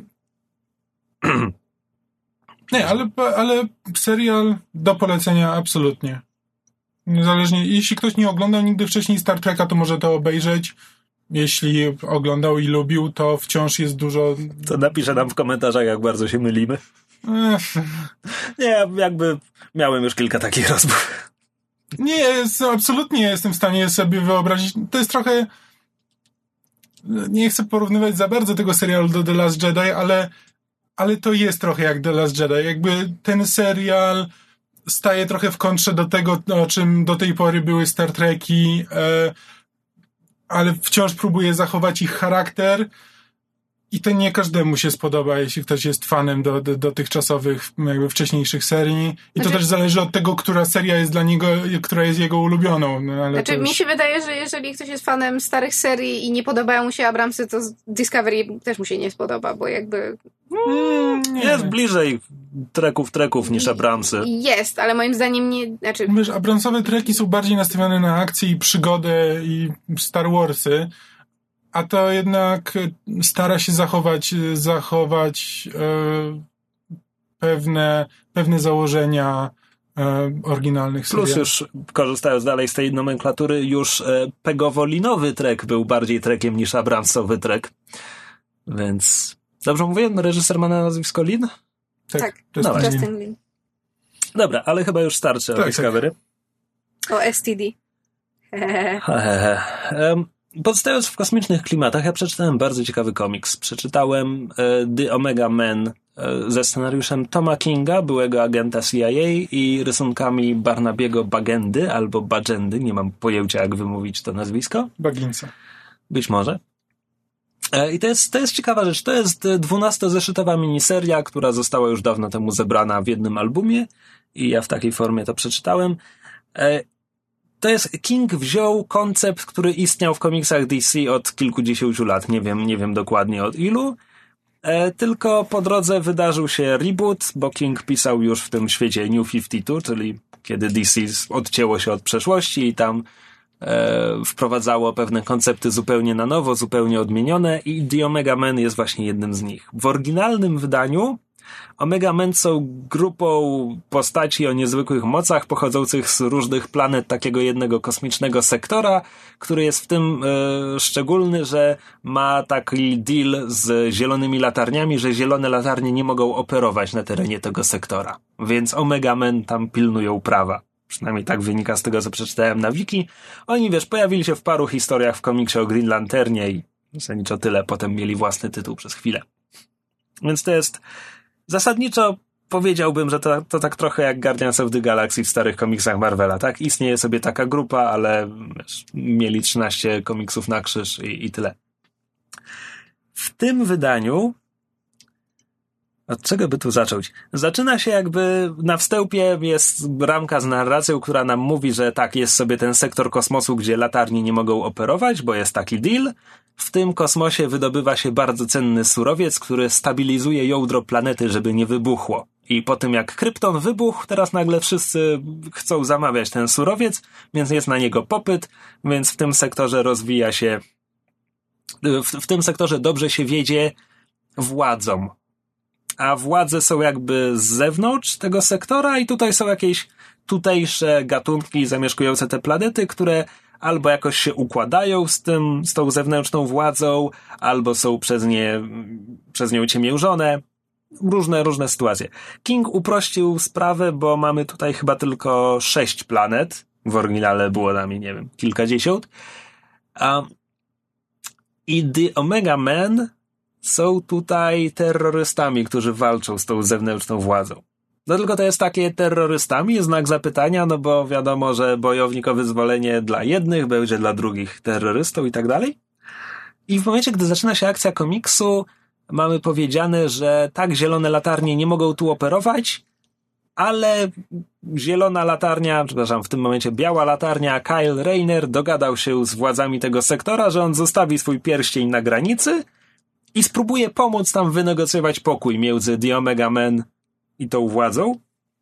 nie, ale, ale serial do polecenia absolutnie. Niezależnie, jeśli ktoś nie oglądał nigdy wcześniej Star Treka, to może to obejrzeć. Jeśli oglądał i lubił, to wciąż jest dużo... To napisze nam w komentarzach, jak bardzo się mylimy. Ech. Nie, jakby miałem już kilka takich rozmów. Nie, jest, absolutnie jestem w stanie sobie wyobrazić. To jest trochę... Nie chcę porównywać za bardzo tego serialu do The Last Jedi, ale, ale to jest trochę jak The Last Jedi. Jakby ten serial staje trochę w kontrze do tego, o czym do tej pory były Star Treki, e, ale wciąż próbuje zachować ich charakter i to nie każdemu się spodoba, jeśli ktoś jest fanem do, do, dotychczasowych, jakby wcześniejszych serii. I to znaczy, też zależy od tego, która seria jest dla niego, która jest jego ulubioną. No, ale znaczy, już... mi się wydaje, że jeżeli ktoś jest fanem starych serii i nie podobają mu się Abramsy, to Discovery też mu się nie spodoba, bo jakby... Mm, nie. Jest bliżej treków treków niż Abramsy. Jest, ale moim zdaniem nie... Znaczy... Wiesz, Abramsowe treki są bardziej nastawione na akcję i przygodę i Star Warsy, a to jednak stara się zachować, zachować e, pewne, pewne założenia e, oryginalnych seriali. Plus już, korzystając dalej z tej nomenklatury, już e, pegowo-linowy trek był bardziej trekiem niż Abramsowy trek. Więc... Dobrze mówię? Reżyser ma na nazwisko Lin? Tak. tak. Justin, no, Justin Lin. Dobra, ale chyba już starczy tak, o Discovery. Tak. O S T D. um, Pozostając w kosmicznych klimatach, ja przeczytałem bardzo ciekawy komiks. Przeczytałem e, The Omega Man e, ze scenariuszem Toma Kinga, byłego agenta C I A, i rysunkami Barnabiego Bagendy albo Bagendy, nie mam pojęcia jak wymówić to nazwisko. Baginsa. Być może. I to jest, to jest ciekawa rzecz. To jest dwunastozeszytowa miniseria, która została już dawno temu zebrana w jednym albumie i ja w takiej formie to przeczytałem. To jest, King wziął koncept, który istniał w komiksach D C od kilkudziesięciu lat. Nie wiem, nie wiem dokładnie od ilu. Tylko po drodze wydarzył się reboot, bo King pisał już w tym świecie New pięćdziesiąt dwa, czyli kiedy D C odcięło się od przeszłości i tam wprowadzało pewne koncepty zupełnie na nowo, zupełnie odmienione i The Omega Men jest właśnie jednym z nich. W oryginalnym wydaniu Omega Men są grupą postaci o niezwykłych mocach pochodzących z różnych planet takiego jednego kosmicznego sektora, który jest w tym e, szczególny, że ma taki deal z zielonymi latarniami, że zielone latarnie nie mogą operować na terenie tego sektora. Więc Omega Men tam pilnują prawa Przynajmniej tak wynika z tego, co przeczytałem na wiki. Oni, wiesz, pojawili się w paru historiach w komiksie o Green Lanternie i zasadniczo tyle. Potem mieli własny tytuł przez chwilę. Więc to jest zasadniczo, powiedziałbym, że to, to tak trochę jak Guardians of the Galaxy w starych komiksach Marvela, tak? Istnieje sobie taka grupa, ale wiesz, mieli trzynaście komiksów na krzyż i, i tyle. W tym wydaniu od czego by tu zacząć? Zaczyna się jakby, na wstępie jest ramka z narracją, która nam mówi, że tak, jest sobie ten sektor kosmosu, gdzie latarnie nie mogą operować, bo jest taki deal. W tym kosmosie wydobywa się bardzo cenny surowiec, który stabilizuje jądro planety, żeby nie wybuchło. I po tym jak Krypton wybuchł, teraz nagle wszyscy chcą zamawiać ten surowiec, więc jest na niego popyt, więc w tym sektorze rozwija się, w, w tym sektorze dobrze się wiedzie władzom. A władze są jakby z zewnątrz tego sektora i tutaj są jakieś tutejsze gatunki zamieszkujące te planety, które albo jakoś się układają z tym, z tą zewnętrzną władzą, albo są przez nie, przez nią ciemiężone. Różne, różne sytuacje. King uprościł sprawę, bo mamy tutaj chyba tylko sześć planet. W oryginale było nami, nie wiem, kilkadziesiąt. Um, I The Omega Men są tutaj terrorystami, którzy walczą z tą zewnętrzną władzą. No tylko to jest takie terrorystami, znak zapytania, no bo wiadomo, że bojownik o wyzwolenie dla jednych będzie dla drugich terrorystą i tak dalej. I w momencie, gdy zaczyna się akcja komiksu, mamy powiedziane, że tak, zielone latarnie nie mogą tu operować, ale zielona latarnia, przepraszam, w tym momencie biała latarnia, Kyle Rayner dogadał się z władzami tego sektora, że on zostawi swój pierścień na granicy i spróbuje pomóc tam wynegocjować pokój między The Omega Men i tą władzą.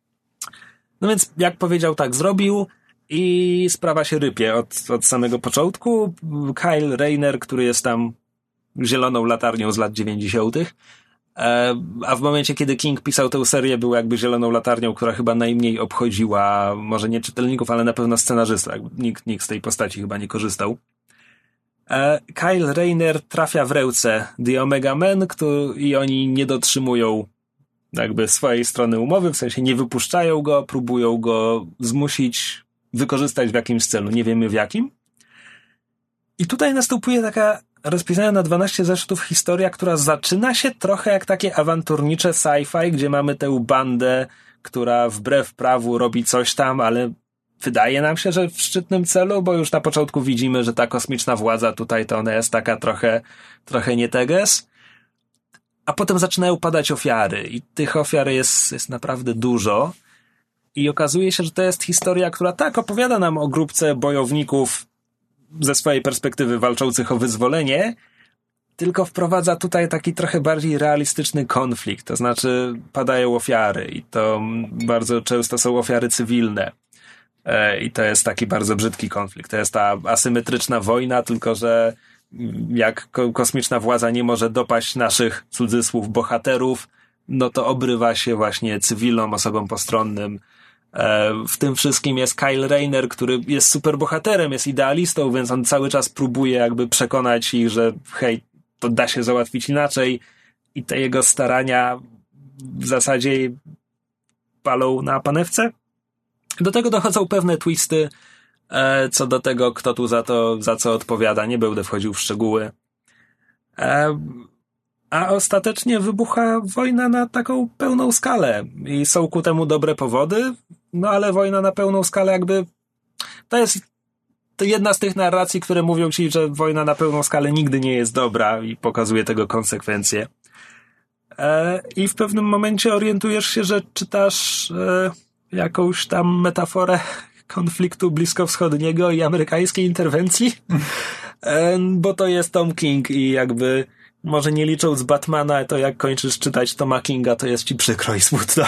No więc, jak powiedział, tak zrobił i sprawa się rypie od, od samego początku. Kyle Rayner, który jest tam zieloną latarnią z lat dziewięćdziesiątych, a w momencie, kiedy King pisał tę serię, był jakby zieloną latarnią, która chyba najmniej obchodziła, może nie czytelników, ale na pewno scenarzystów. Nikt, nikt z tej postaci chyba nie korzystał. Kyle Rayner trafia w ręce The Omega Men, który, i oni nie dotrzymują jakby swojej strony umowy, w sensie nie wypuszczają go, próbują go zmusić wykorzystać w jakimś celu, nie wiemy w jakim. I tutaj następuje taka rozpisana na dwanaście zeszytów historia, która zaczyna się trochę jak takie awanturnicze sci-fi, gdzie mamy tę bandę, która wbrew prawu robi coś tam, ale wydaje nam się, że w szczytnym celu, bo już na początku widzimy, że ta kosmiczna władza tutaj to ona jest taka trochę, trochę nie teges. A potem zaczynają padać ofiary i tych ofiar jest, jest naprawdę dużo. I okazuje się, że to jest historia, która tak opowiada nam o grupce bojowników ze swojej perspektywy walczących o wyzwolenie, tylko wprowadza tutaj taki trochę bardziej realistyczny konflikt. To znaczy padają ofiary i to bardzo często są ofiary cywilne. I to jest taki bardzo brzydki konflikt. To jest ta asymetryczna wojna, tylko że jak kosmiczna władza nie może dopaść naszych, cudzysłów, bohaterów, no to obrywa się właśnie cywilną osobom postronnym. W tym wszystkim jest Kyle Rayner, który jest super bohaterem, jest idealistą, więc on cały czas próbuje jakby przekonać ich, że hej, to da się załatwić inaczej i te jego starania w zasadzie palą na panewce. Do tego dochodzą pewne twisty e, co do tego, kto tu za to, za co odpowiada. Nie będę wchodził w szczegóły. E, a ostatecznie wybucha wojna na taką pełną skalę i są ku temu dobre powody, no ale wojna na pełną skalę jakby to jest to jedna z tych narracji, które mówią ci, że wojna na pełną skalę nigdy nie jest dobra i pokazuje tego konsekwencje. E, I w pewnym momencie orientujesz się, że czytasz e, jakąś tam metaforę konfliktu bliskowschodniego i amerykańskiej interwencji, e, bo to jest Tom King i jakby może nie licząc Batmana, to jak kończysz czytać Toma Kinga, to jest ci przykro i smutno.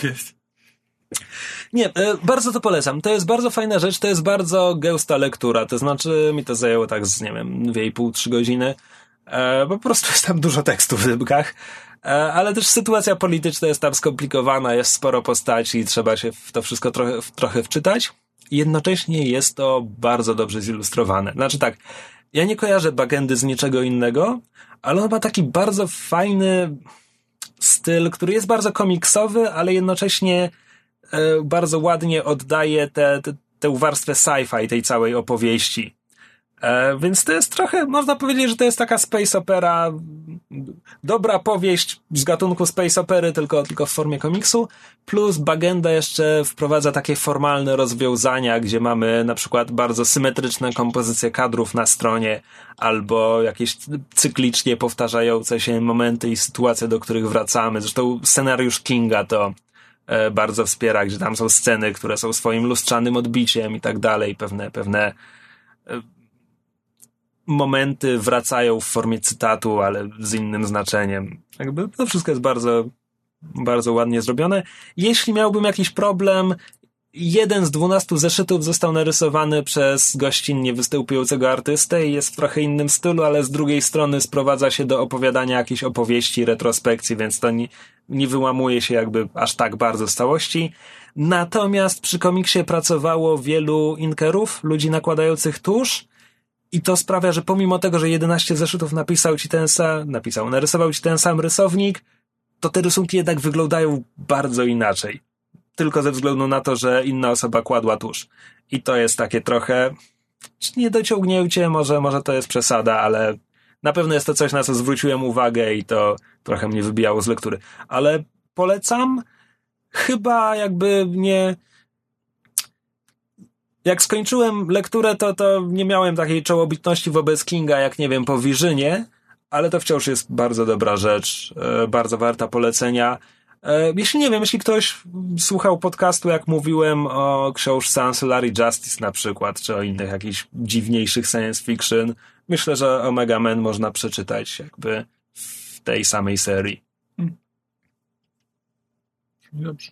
Nie, bardzo to polecam. To jest bardzo fajna rzecz, to jest bardzo gęsta lektura, to znaczy mi to zajęło tak z, nie wiem, dwie i pół, trzy godziny. E, po prostu jest tam dużo tekstu w dybkach, e, ale też sytuacja polityczna jest tam skomplikowana, jest sporo postaci i trzeba się w to wszystko trochę, w, trochę wczytać. Jednocześnie jest to bardzo dobrze zilustrowane. Znaczy tak, ja nie kojarzę Bagendy z niczego innego, ale on ma taki bardzo fajny styl, który jest bardzo komiksowy, ale jednocześnie bardzo ładnie oddaje tę te, te, tę warstwę sci-fi tej całej opowieści. E, więc to jest trochę, można powiedzieć, że to jest taka space opera, dobra powieść z gatunku space opery, tylko, tylko w formie komiksu, plus Bagenda jeszcze wprowadza takie formalne rozwiązania, gdzie mamy na przykład bardzo symetryczne kompozycje kadrów na stronie, albo jakieś cyklicznie powtarzające się momenty i sytuacje, do których wracamy. Zresztą scenariusz Kinga to e, bardzo wspiera, gdzie tam są sceny, które są swoim lustrzanym odbiciem i tak dalej, pewne, pewne e, momenty wracają w formie cytatu, ale z innym znaczeniem. Jakby to wszystko jest bardzo, bardzo ładnie zrobione. Jeśli miałbym jakiś problem, jeden z dwunastu zeszytów został narysowany przez gościnnie występującego artystę i jest w trochę innym stylu, ale z drugiej strony sprowadza się do opowiadania jakiejś opowieści, retrospekcji, więc to nie, nie wyłamuje się jakby aż tak bardzo z całości. Natomiast przy komiksie pracowało wielu inkerów, ludzi nakładających tusz, i to sprawia, że pomimo tego, że jedenaście zeszytów napisał ci ten sam, napisał, narysował ci ten sam rysownik, to te rysunki jednak wyglądają bardzo inaczej. Tylko ze względu na to, że inna osoba kładła tusz. I to jest takie trochę niedociągnięcie, może, może to jest przesada, ale na pewno jest to coś, na co zwróciłem uwagę i to trochę mnie wybijało z lektury. Ale polecam, chyba jakby nie... Jak skończyłem lekturę, to, to nie miałem takiej czołobitności wobec Kinga, jak nie wiem, po Wirzynie, ale to wciąż jest bardzo dobra rzecz, e, bardzo warta polecenia. E, jeśli nie wiem, jeśli ktoś słuchał podcastu, jak mówiłem o książce Ancillary Justice na przykład, czy o innych jakichś dziwniejszych science fiction, myślę, że Omega Man można przeczytać jakby w tej samej serii. Hmm. Dobrze.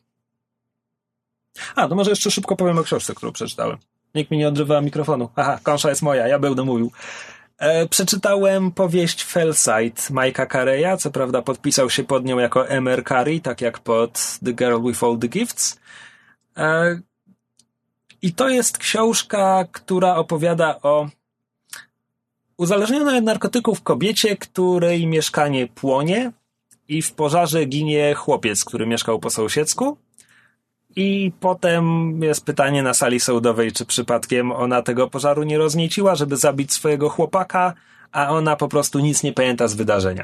A, to może jeszcze szybko powiem o książce, którą przeczytałem. Nikt mi nie odrywa mikrofonu. Aha, kąsza jest moja, ja będę mówił. E, przeczytałem powieść Fellside Mike'a Carey'a, co prawda podpisał się pod nią jako M R Carey, tak jak pod The Girl with All the Gifts. E, I to jest książka, która opowiada o uzależnionej od narkotyków kobiecie, której mieszkanie płonie i w pożarze ginie chłopiec, który mieszkał po sąsiedzku. I potem jest pytanie na sali sądowej, czy przypadkiem ona tego pożaru nie roznieciła, żeby zabić swojego chłopaka, a ona po prostu nic nie pamięta z wydarzenia.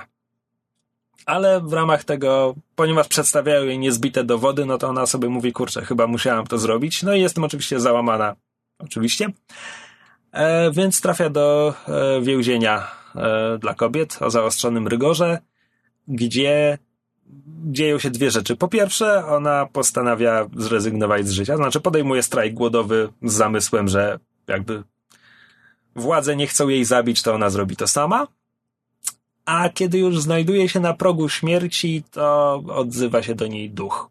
Ale w ramach tego, ponieważ przedstawiają jej niezbite dowody, no to ona sobie mówi, kurczę, chyba musiałam to zrobić. No i jestem oczywiście załamana. Oczywiście. E, więc trafia do e, więzienia e, dla kobiet o zaostrzonym rygorze, gdzie dzieją się dwie rzeczy. Po pierwsze, ona postanawia zrezygnować z życia, znaczy podejmuje strajk głodowy z zamysłem, że jakby władze nie chcą jej zabić, to ona zrobi to sama. A kiedy już znajduje się na progu śmierci, to odzywa się do niej duch.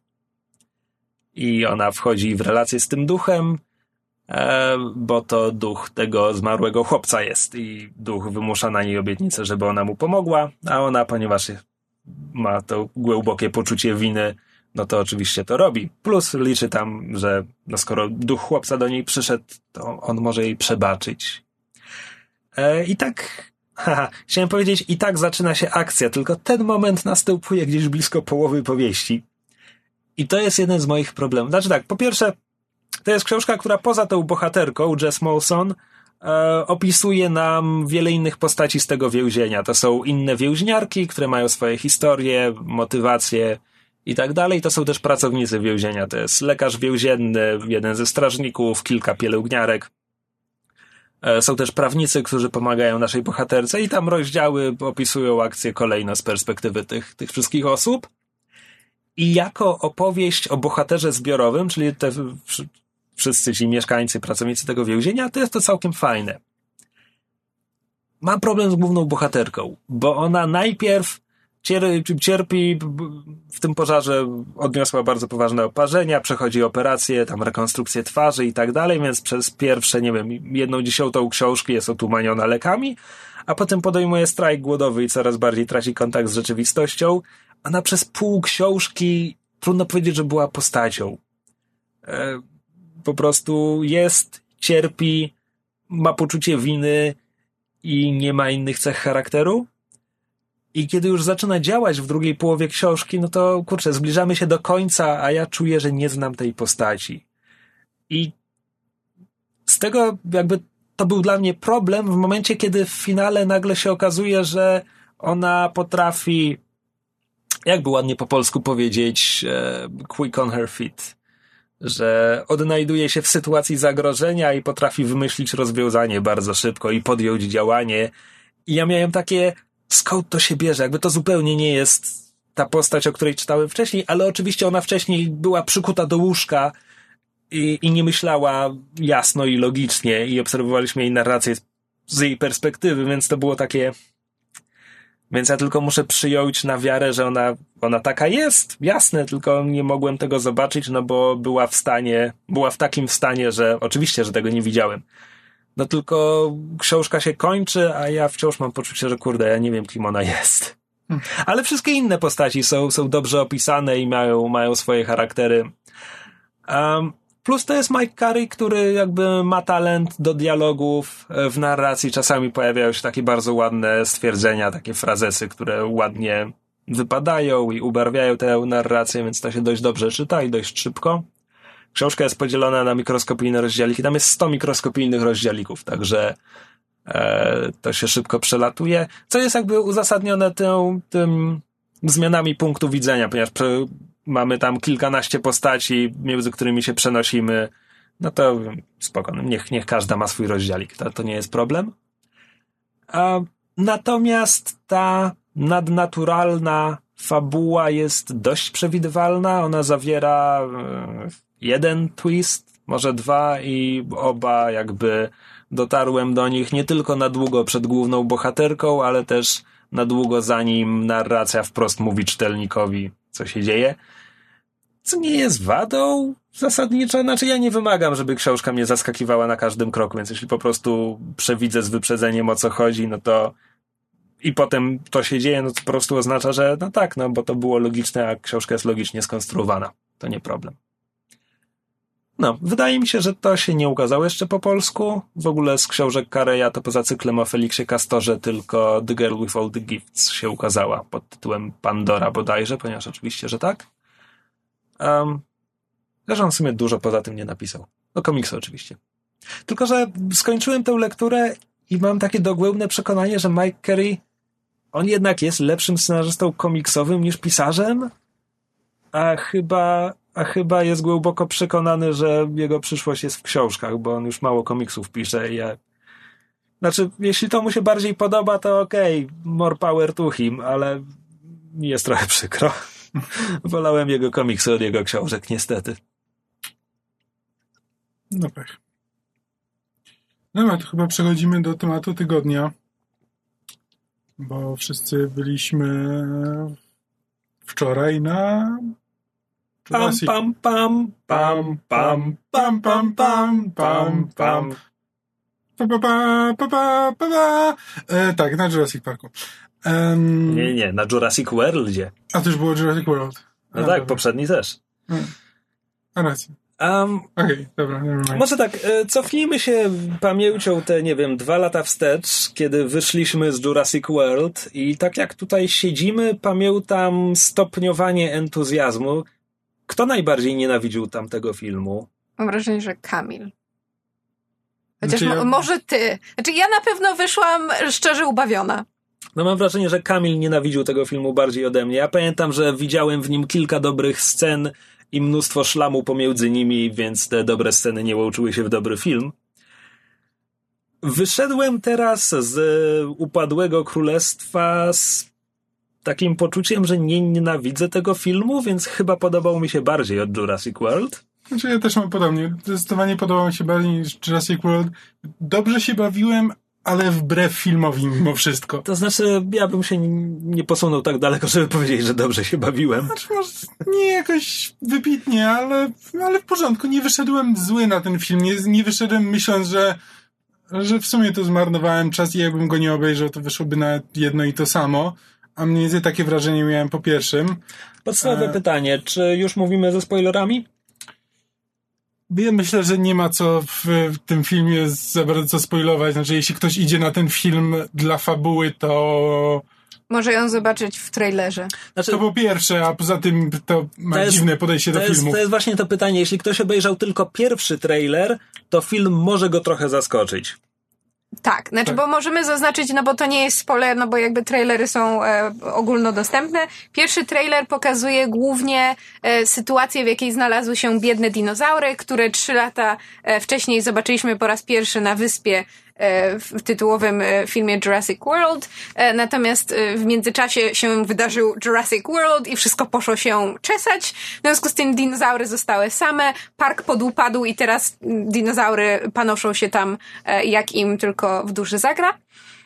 I ona wchodzi w relację z tym duchem, e, bo to duch tego zmarłego chłopca jest i duch wymusza na niej obietnicę, żeby ona mu pomogła, a ona, ponieważ ma to głębokie poczucie winy, no to oczywiście to robi. Plus liczy tam, że no skoro duch chłopca do niej przyszedł, to on może jej przebaczyć. E, I tak, haha, chciałem powiedzieć, i tak zaczyna się akcja, tylko ten moment następuje gdzieś blisko połowy powieści. I to jest jeden z moich problemów. Znaczy tak, po pierwsze, to jest książka, która poza tą bohaterką, Jess Molson, e, opisuje nam wiele innych postaci z tego więzienia. To są inne więźniarki, które mają swoje historie, motywacje i tak dalej. To są też pracownicy więzienia. To jest lekarz więzienny, jeden ze strażników, kilka pielęgniarek. E, są też prawnicy, którzy pomagają naszej bohaterce i tam rozdziały opisują akcje kolejno z perspektywy tych, tych wszystkich osób. I jako opowieść o bohaterze zbiorowym, czyli te wszyscy ci mieszkańcy, pracownicy tego więzienia, to jest to całkiem fajne. Mam problem z główną bohaterką, bo ona najpierw cierpi, cierpi w tym pożarze, odniosła bardzo poważne oparzenia, przechodzi operację, tam rekonstrukcję twarzy i tak dalej, więc przez pierwsze, nie wiem, jedną dziesiątą książki jest otumaniona lekami, a potem podejmuje strajk głodowy i coraz bardziej traci kontakt z rzeczywistością. Ona przez pół książki, trudno powiedzieć, że była postacią. E, po prostu jest, cierpi, ma poczucie winy i nie ma innych cech charakteru. I kiedy już zaczyna działać w drugiej połowie książki, no to kurczę, zbliżamy się do końca, a ja czuję, że nie znam tej postaci. I z tego jakby to był dla mnie problem w momencie, kiedy w finale nagle się okazuje, że ona potrafi, jakby ładnie po polsku powiedzieć, quick on her feet, że odnajduje się w sytuacji zagrożenia i potrafi wymyślić rozwiązanie bardzo szybko i podjąć działanie. I ja miałem takie, skąd to się bierze? Jakby to zupełnie nie jest ta postać, o której czytałem wcześniej, ale oczywiście ona wcześniej była przykuta do łóżka i, i nie myślała jasno i logicznie i obserwowaliśmy jej narrację z jej perspektywy, więc to było takie... Więc ja tylko muszę przyjąć na wiarę, że ona, ona taka jest, jasne, tylko nie mogłem tego zobaczyć, no bo była w stanie, była w takim stanie, że oczywiście, że tego nie widziałem. No tylko książka się kończy, a ja wciąż mam poczucie, że kurde, ja nie wiem, kim ona jest. Hmm. Ale wszystkie inne postaci są, są dobrze opisane i mają, mają swoje charaktery. Um, plus to jest Mike Carey, który jakby ma talent do dialogów. W narracji czasami pojawiają się takie bardzo ładne stwierdzenia, takie frazesy, które ładnie wypadają i ubarwiają tę narrację, więc to się dość dobrze czyta i dość szybko. Książka jest podzielona na mikroskopijne rozdziałiki. Tam jest sto mikroskopijnych rozdziałików, także e, to się szybko przelatuje. Co jest jakby uzasadnione tym, tym zmianami punktu widzenia, ponieważ pre, mamy tam kilkanaście postaci, między którymi się przenosimy. No to spoko, niech, niech każda ma swój rozdziałik. To, to nie jest problem. A, natomiast ta nadnaturalna fabuła jest dość przewidywalna. Ona zawiera e, jeden twist, może dwa i oba jakby dotarłem do nich nie tylko na długo przed główną bohaterką, ale też na długo zanim narracja wprost mówi czytelnikowi, co się dzieje. Co nie jest wadą zasadniczo. Znaczy ja nie wymagam, żeby książka mnie zaskakiwała na każdym kroku, więc jeśli po prostu przewidzę z wyprzedzeniem, o co chodzi, no to i potem to się dzieje, no to po prostu oznacza, że no tak, no bo to było logiczne, a książka jest logicznie skonstruowana. To nie problem. No, wydaje mi się, że to się nie ukazało jeszcze po polsku. W ogóle z książek Careya to poza cyklem o Feliksie Castorze tylko The Girl with All the Gifts się ukazała pod tytułem Pandora bodajże, ponieważ oczywiście, że tak. Um, że on w sumie dużo poza tym nie napisał. No komiksy oczywiście. Tylko, że skończyłem tę lekturę i mam takie dogłębne przekonanie, że Mike Carey, on jednak jest lepszym scenarzystą komiksowym niż pisarzem, a chyba, a chyba jest głęboko przekonany, że jego przyszłość jest w książkach, bo on już mało komiksów pisze i ja... Znaczy, jeśli to mu się bardziej podoba, to okej, okay, more power to him, ale mi jest trochę przykro. Wolałem jego komiksy od jego książek, niestety. No tak. No to chyba przechodzimy do tematu tygodnia, bo wszyscy byliśmy wczoraj na pam pam pam pam pam pam pam pam pam pam pa, pa, pa, pa, pa, pa, pa. E, tak, na Jurassic Parku. Um, nie, nie, na Jurassic Worldzie. A to już było Jurassic World. No a, tak, dobra. Poprzedni też. A racja. Um, Okej, okay, dobra. Może tak, cofnijmy się pamięcią te, nie wiem, dwa lata wstecz, kiedy wyszliśmy z Jurassic World i tak jak tutaj siedzimy, pamiętam stopniowanie entuzjazmu. Kto najbardziej nienawidził tamtego filmu? Mam wrażenie, że Kamil. Chociaż znaczy, mo- może ty. Znaczy ja na pewno wyszłam szczerze ubawiona. No mam wrażenie, że Kamil nienawidził tego filmu bardziej ode mnie. Ja pamiętam, że widziałem w nim kilka dobrych scen i mnóstwo szlamu pomiędzy nimi, więc te dobre sceny nie łączyły się w dobry film. Wyszedłem teraz z Upadłego Królestwa z takim poczuciem, że nie nienawidzę tego filmu, więc chyba podobał mi się bardziej od Jurassic World. Znaczy ja też mam podobnie. Zdecydowanie podobał mi się bardziej niż Jurassic World. Dobrze się bawiłem, ale wbrew filmowi mimo wszystko. To znaczy, ja bym się nie posunął tak daleko, żeby powiedzieć, że dobrze się bawiłem. Znaczy, może nie jakoś wybitnie, ale, ale w porządku. Nie wyszedłem zły na ten film. Nie, nie wyszedłem myśląc, że, że w sumie to zmarnowałem czas i jakbym go nie obejrzał, to wyszłoby na jedno i to samo. A mniej więcej takie wrażenie miałem po pierwszym. Podstawowe e... pytanie, czy już mówimy ze spoilerami? Ja myślę, że nie ma co w, w tym filmie za bardzo spoilować. Znaczy, jeśli ktoś idzie na ten film dla fabuły, to Może ją zobaczyć w trailerze. Znaczy, to po pierwsze, a poza tym to ma to jest, dziwne podejście to do jest, filmu. To jest właśnie to pytanie. Jeśli ktoś obejrzał tylko pierwszy trailer, to film może go trochę zaskoczyć. Tak, znaczy, Tak. bo możemy zaznaczyć, no bo to nie jest spoiler, no bo jakby trailery są e, ogólnodostępne. Pierwszy trailer pokazuje głównie e, sytuację, w jakiej znalazły się biedne dinozaury, które trzy lata e, wcześniej zobaczyliśmy po raz pierwszy na wyspie e, w tytułowym e, filmie Jurassic World. E, natomiast e, w międzyczasie się wydarzył Jurassic World i wszystko poszło się czesać. W związku z tym dinozaury zostały same, park podupadł i teraz dinozaury panoszą się tam e, jak im tylko w duszy zagra.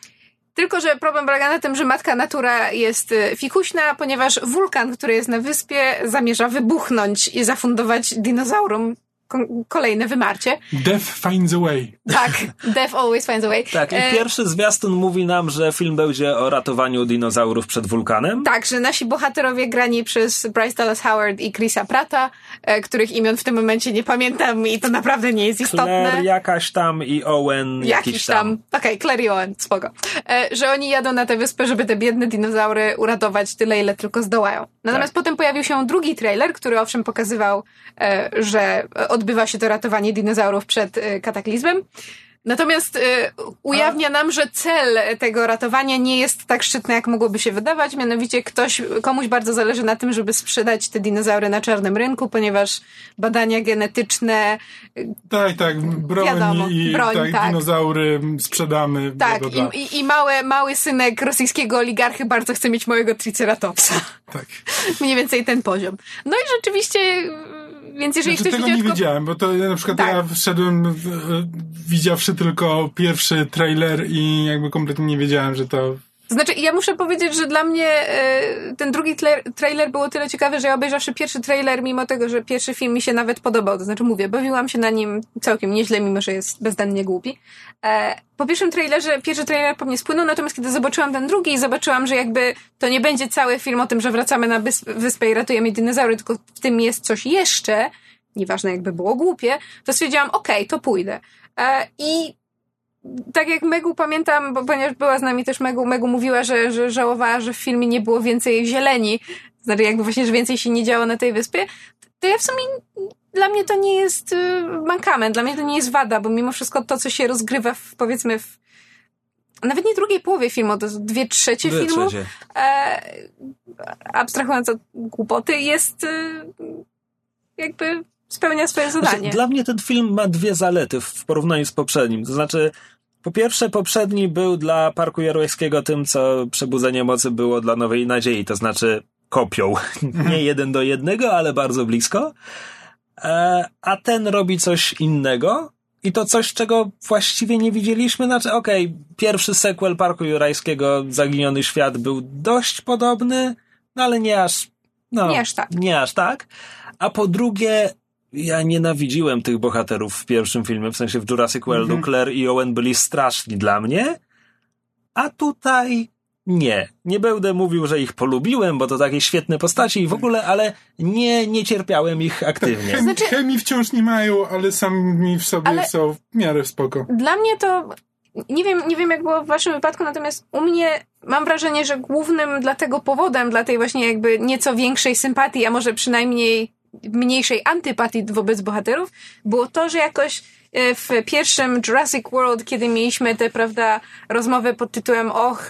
Tylko że problem polega na tym, że matka natura jest fikuśna, ponieważ wulkan, który jest na wyspie, zamierza wybuchnąć i zafundować dinozaurom kolejne wymarcie. Death finds a way. Tak, death always finds a way. Tak, i e... pierwszy zwiastun mówi nam, że film będzie o ratowaniu dinozaurów przed wulkanem. Tak, że nasi bohaterowie grani przez Bryce Dallas Howard i Chrisa Pratta, e, których imion w tym momencie nie pamiętam i to naprawdę nie jest istotne. Claire jakaś tam i Owen jakiś, jakiś tam. tam. Okej, okay, Claire i Owen, spoko. E, że oni jadą na tę wyspę, żeby te biedne dinozaury uratować tyle, ile tylko zdołają. Natomiast tak. Potem pojawił się drugi trailer, który owszem pokazywał, e, że odbywa się to ratowanie dinozaurów przed y, kataklizmem. Natomiast y, ujawnia nam, że cel tego ratowania nie jest tak szczytny, jak mogłoby się wydawać. Mianowicie ktoś, komuś bardzo zależy na tym, żeby sprzedać te dinozaury na czarnym rynku, ponieważ badania genetyczne... Tak, tak, broń wiadomo, i broń, tak, tak. dinozaury sprzedamy. Tak, bla, bla, bla. i, i mały, mały synek rosyjskiego oligarchy bardzo chce mieć mojego triceratopsa. Tak. Mniej więcej ten poziom. No i rzeczywiście... Więc jeżeli znaczy, ktoś tego nie tylko... widziałem, bo to ja na przykład tak. ja wszedłem w, widziawszy tylko pierwszy trailer i jakby kompletnie nie wiedziałem, że to... Znaczy, ja muszę powiedzieć, że dla mnie e, ten drugi tra- trailer było tyle ciekawy, że ja obejrzawszy pierwszy trailer, mimo tego, że pierwszy film mi się nawet podobał, to znaczy mówię, bawiłam się na nim całkiem nieźle, mimo że jest bezdennie głupi. E, po pierwszym trailerze, pierwszy trailer po mnie spłynął, natomiast kiedy zobaczyłam ten drugi i zobaczyłam, że jakby to nie będzie cały film o tym, że wracamy na wysp- wyspę i ratujemy dinozaury, tylko w tym jest coś jeszcze, nieważne jakby było głupie, to stwierdziłam, okej, okay, to pójdę. E, I tak jak Megu pamiętam, bo ponieważ była z nami też Megu, Megu mówiła, że, że żałowała, że w filmie nie było więcej zieleni, znaczy jakby właśnie, że więcej się nie działo na tej wyspie, to ja w sumie, dla mnie to nie jest mankament, dla mnie to nie jest wada, bo mimo wszystko to, co się rozgrywa w, powiedzmy w nawet nie drugiej połowie filmu, to dwie trzecie dwie filmu, trzecie. E, abstrahując od głupoty, jest e, jakby spełnia swoje zadanie. Znaczy, dla mnie ten film ma dwie zalety w porównaniu z poprzednim. To znaczy, po pierwsze, poprzedni był dla Parku Jurajskiego tym, co Przebudzenie Mocy było dla Nowej Nadziei. To znaczy kopią. Nie jeden do jednego, ale bardzo blisko. E, a ten robi coś innego. I to coś, czego właściwie nie widzieliśmy. Znaczy, okej, okay, pierwszy sequel Parku Jurajskiego, Zaginiony Świat, był dość podobny, no ale nie aż... No, nie aż tak. Nie aż tak. A po drugie, ja nienawidziłem tych bohaterów w pierwszym filmie, w sensie w Jurassic Worldu. Mm-hmm. Claire i Owen byli straszni dla mnie, a tutaj nie. Nie będę mówił, że ich polubiłem, bo to takie świetne postaci i w ogóle, ale nie, nie cierpiałem ich aktywnie. Chem, znaczy, chemii wciąż nie mają, ale sami w sobie ale są w miarę spoko. Dla mnie to, nie wiem, nie wiem jak było w waszym wypadku, natomiast u mnie mam wrażenie, że głównym dla tego powodem, dla tej właśnie jakby nieco większej sympatii, a może przynajmniej mniejszej antypatii wobec bohaterów, było to, że jakoś w pierwszym Jurassic World, kiedy mieliśmy te, prawda, rozmowy pod tytułem och,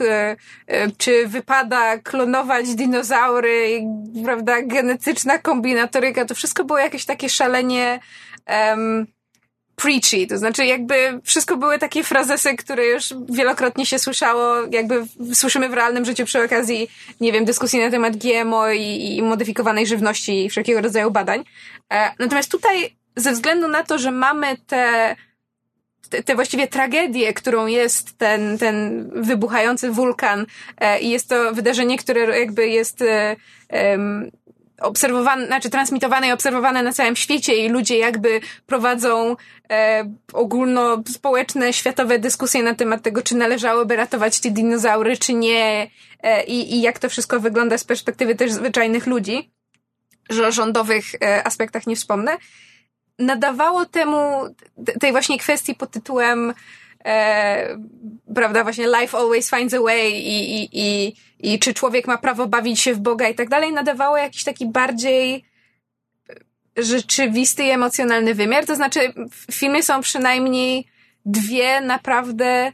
czy wypada klonować dinozaury, prawda, genetyczna kombinatoryka, to wszystko było jakieś takie szalenie um, preachy, to znaczy jakby wszystko były takie frazesy, które już wielokrotnie się słyszało, jakby słyszymy w realnym życiu przy okazji, nie wiem, dyskusji na temat G M O i, i modyfikowanej żywności i wszelkiego rodzaju badań. E, natomiast tutaj ze względu na to, że mamy te, te, te właściwie tragedię, którą jest ten, ten wybuchający wulkan e, i jest to wydarzenie, które jakby jest e, um, obserwowane, znaczy transmitowane i obserwowane na całym świecie i ludzie jakby prowadzą e, ogólnospołeczne, światowe dyskusje na temat tego, czy należałoby ratować te dinozaury, czy nie e, i, i jak to wszystko wygląda z perspektywy też zwyczajnych ludzi, że o rządowych e, aspektach nie wspomnę, nadawało temu, tej właśnie kwestii pod tytułem e, prawda, właśnie life always finds a way i, i, i, i czy człowiek ma prawo bawić się w Boga i tak dalej, nadawało jakiś taki bardziej rzeczywisty i emocjonalny wymiar. To znaczy w filmie są przynajmniej dwie naprawdę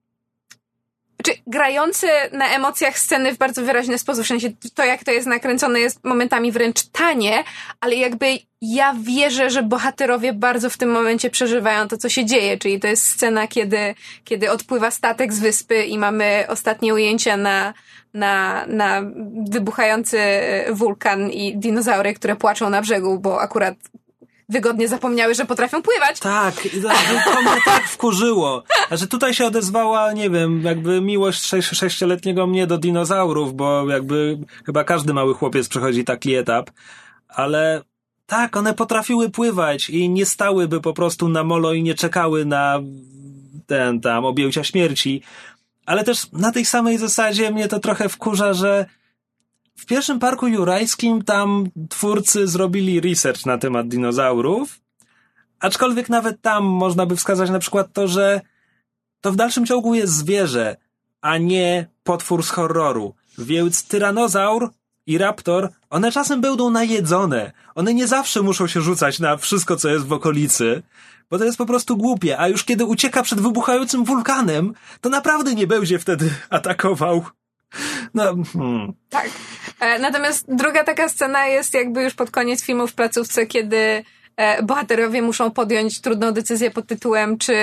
Znaczy, grające na emocjach sceny w bardzo wyraźny sposób, w sensie to, jak to jest nakręcone, jest momentami wręcz tanie, ale jakby ja wierzę, że bohaterowie bardzo w tym momencie przeżywają to, co się dzieje, czyli to jest scena, kiedy, kiedy odpływa statek z wyspy i mamy ostatnie ujęcia na, na, na wybuchający wulkan i dinozaury, które płaczą na brzegu, bo akurat wygodnie zapomniały, że potrafią pływać. Tak, to mnie tak wkurzyło. Znaczy tutaj się odezwała, nie wiem, jakby miłość sześć, sześcioletniego mnie do dinozaurów, bo jakby chyba każdy mały chłopiec przechodzi taki etap, ale tak, one potrafiły pływać i nie stałyby po prostu na molo i nie czekały na ten tam objęcia śmierci. Ale też na tej samej zasadzie mnie to trochę wkurza, że w pierwszym parku jurajskim tam twórcy zrobili research na temat dinozaurów, aczkolwiek nawet tam można by wskazać na przykład to, że to w dalszym ciągu jest zwierzę, a nie potwór z horroru. Więc tyranozaur i raptor, one czasem będą najedzone. One nie zawsze muszą się rzucać na wszystko, co jest w okolicy, bo to jest po prostu głupie. A już kiedy ucieka przed wybuchającym wulkanem, to naprawdę nie będzie wtedy atakował. No, hmm. Tak. E, natomiast druga taka scena jest jakby już pod koniec filmu w placówce, kiedy e, bohaterowie muszą podjąć trudną decyzję pod tytułem, czy,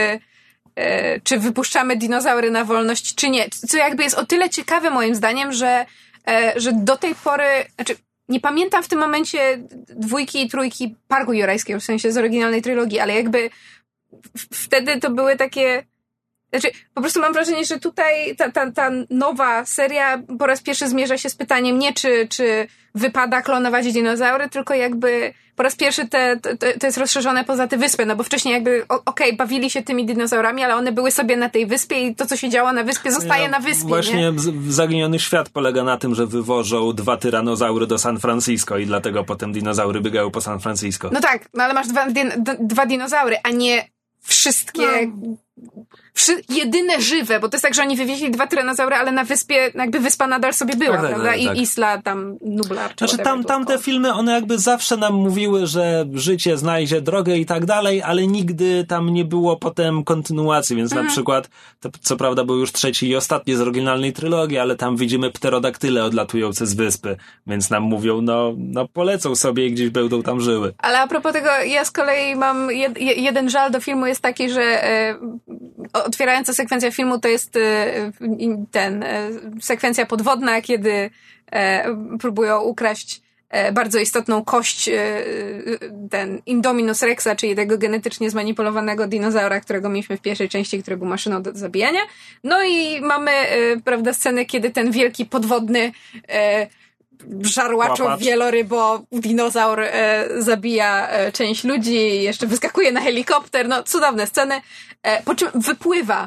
e, czy wypuszczamy dinozaury na wolność, czy nie. Co jakby jest o tyle ciekawe moim zdaniem, że, e, że do tej pory, znaczy nie pamiętam w tym momencie dwójki i trójki Parku Jurajskiego, w sensie z oryginalnej trylogii, ale jakby w, wtedy to były takie... Znaczy, po prostu mam wrażenie, że tutaj ta, ta, ta nowa seria po raz pierwszy zmierza się z pytaniem nie czy, czy wypada klonować dinozaury, tylko jakby po raz pierwszy te, te, to jest rozszerzone poza te wyspy, no bo wcześniej jakby okej, okay, bawili się tymi dinozaurami, ale one były sobie na tej wyspie i to, co się działo na wyspie, zostaje no, na wyspie. Właśnie nie? Zaginiony Świat polega na tym, że wywożą dwa tyranozaury do San Francisco i dlatego potem dinozaury biegają po San Francisco. No tak, no ale masz dwa, din, dwa dinozaury, a nie wszystkie... No. Wszy- jedyne żywe, bo to jest tak, że oni wywieźli dwa tyranozaury, ale na wyspie, jakby wyspa nadal sobie była, tak, prawda? tak, tak. I Isla tam Nublar. Znaczy tam, tam te filmy, one jakby zawsze nam mówiły, że życie znajdzie drogę i tak dalej, ale nigdy tam nie było potem kontynuacji, więc mhm. na przykład, to, co prawda był już trzeci i ostatni z oryginalnej trylogii, ale tam widzimy pterodaktyle odlatujące z wyspy, więc nam mówią, no, no polecą sobie i gdzieś będą tam żyły. Ale a propos tego, ja z kolei mam jed, jeden żal do filmu jest taki, że e, otwierająca sekwencja filmu to jest e, ten e, sekwencja podwodna, kiedy e, próbują ukraść e, bardzo istotną kość e, ten Indominus Rexa, czyli tego genetycznie zmanipulowanego dinozaura, którego mieliśmy w pierwszej części, który był maszyną do zabijania. No i mamy e, prawda scenę, kiedy ten wielki podwodny e, żarłaczo Łapacz. wielorybo dinozaur e, zabija e, część ludzi i jeszcze wyskakuje na helikopter, no cudowne sceny, e, po czym wypływa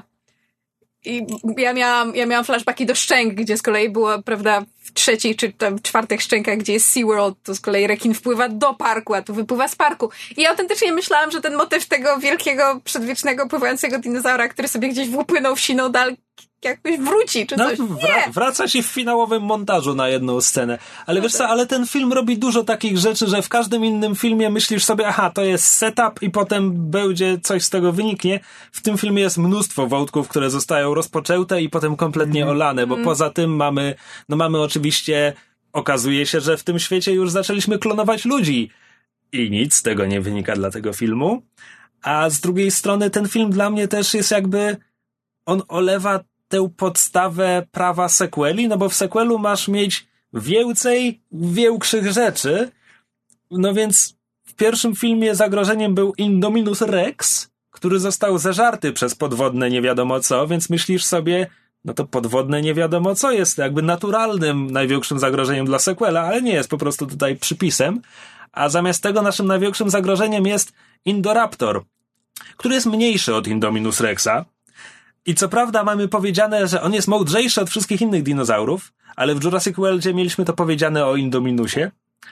i ja miałam, ja miałam flashbacki do Szczęk, gdzie z kolei było, prawda, w trzeciej czy tam czwartych Szczękach, gdzie jest SeaWorld, to z kolei rekin wpływa do parku, a tu wypływa z parku. I ja autentycznie myślałam, że ten motyw tego wielkiego, przedwiecznego, pływającego dinozaura, który sobie gdzieś włopłynął w siną dal, jakoś wróci, czy no, coś. Wra- wraca się w finałowym montażu na jedną scenę. Ale no wiesz co, ale ten film robi dużo takich rzeczy, że w każdym innym filmie myślisz sobie, aha, to jest setup i potem będzie coś z tego wyniknie. W tym filmie jest mnóstwo wątków, które zostają rozpoczęte i potem kompletnie mm. olane, bo mm. poza tym mamy, no mamy oczywiście, okazuje się, że w tym świecie już zaczęliśmy klonować ludzi. I nic z tego nie wynika dla tego filmu. A z drugiej strony ten film dla mnie też jest jakby, on olewa tę podstawę prawa sequeli, no bo w sequelu masz mieć więcej większych rzeczy, no więc w pierwszym filmie zagrożeniem był Indominus Rex, który został zeżarty przez podwodne nie wiadomo co, więc myślisz sobie, no to podwodne nie wiadomo co jest jakby naturalnym największym zagrożeniem dla sequela, ale nie jest po prostu tutaj przypisem, a zamiast tego naszym największym zagrożeniem jest Indoraptor, który jest mniejszy od Indominus Rexa. I co prawda mamy powiedziane, że on jest mądrzejszy od wszystkich innych dinozaurów, ale w Jurassic Worldzie mieliśmy to powiedziane o Indominusie.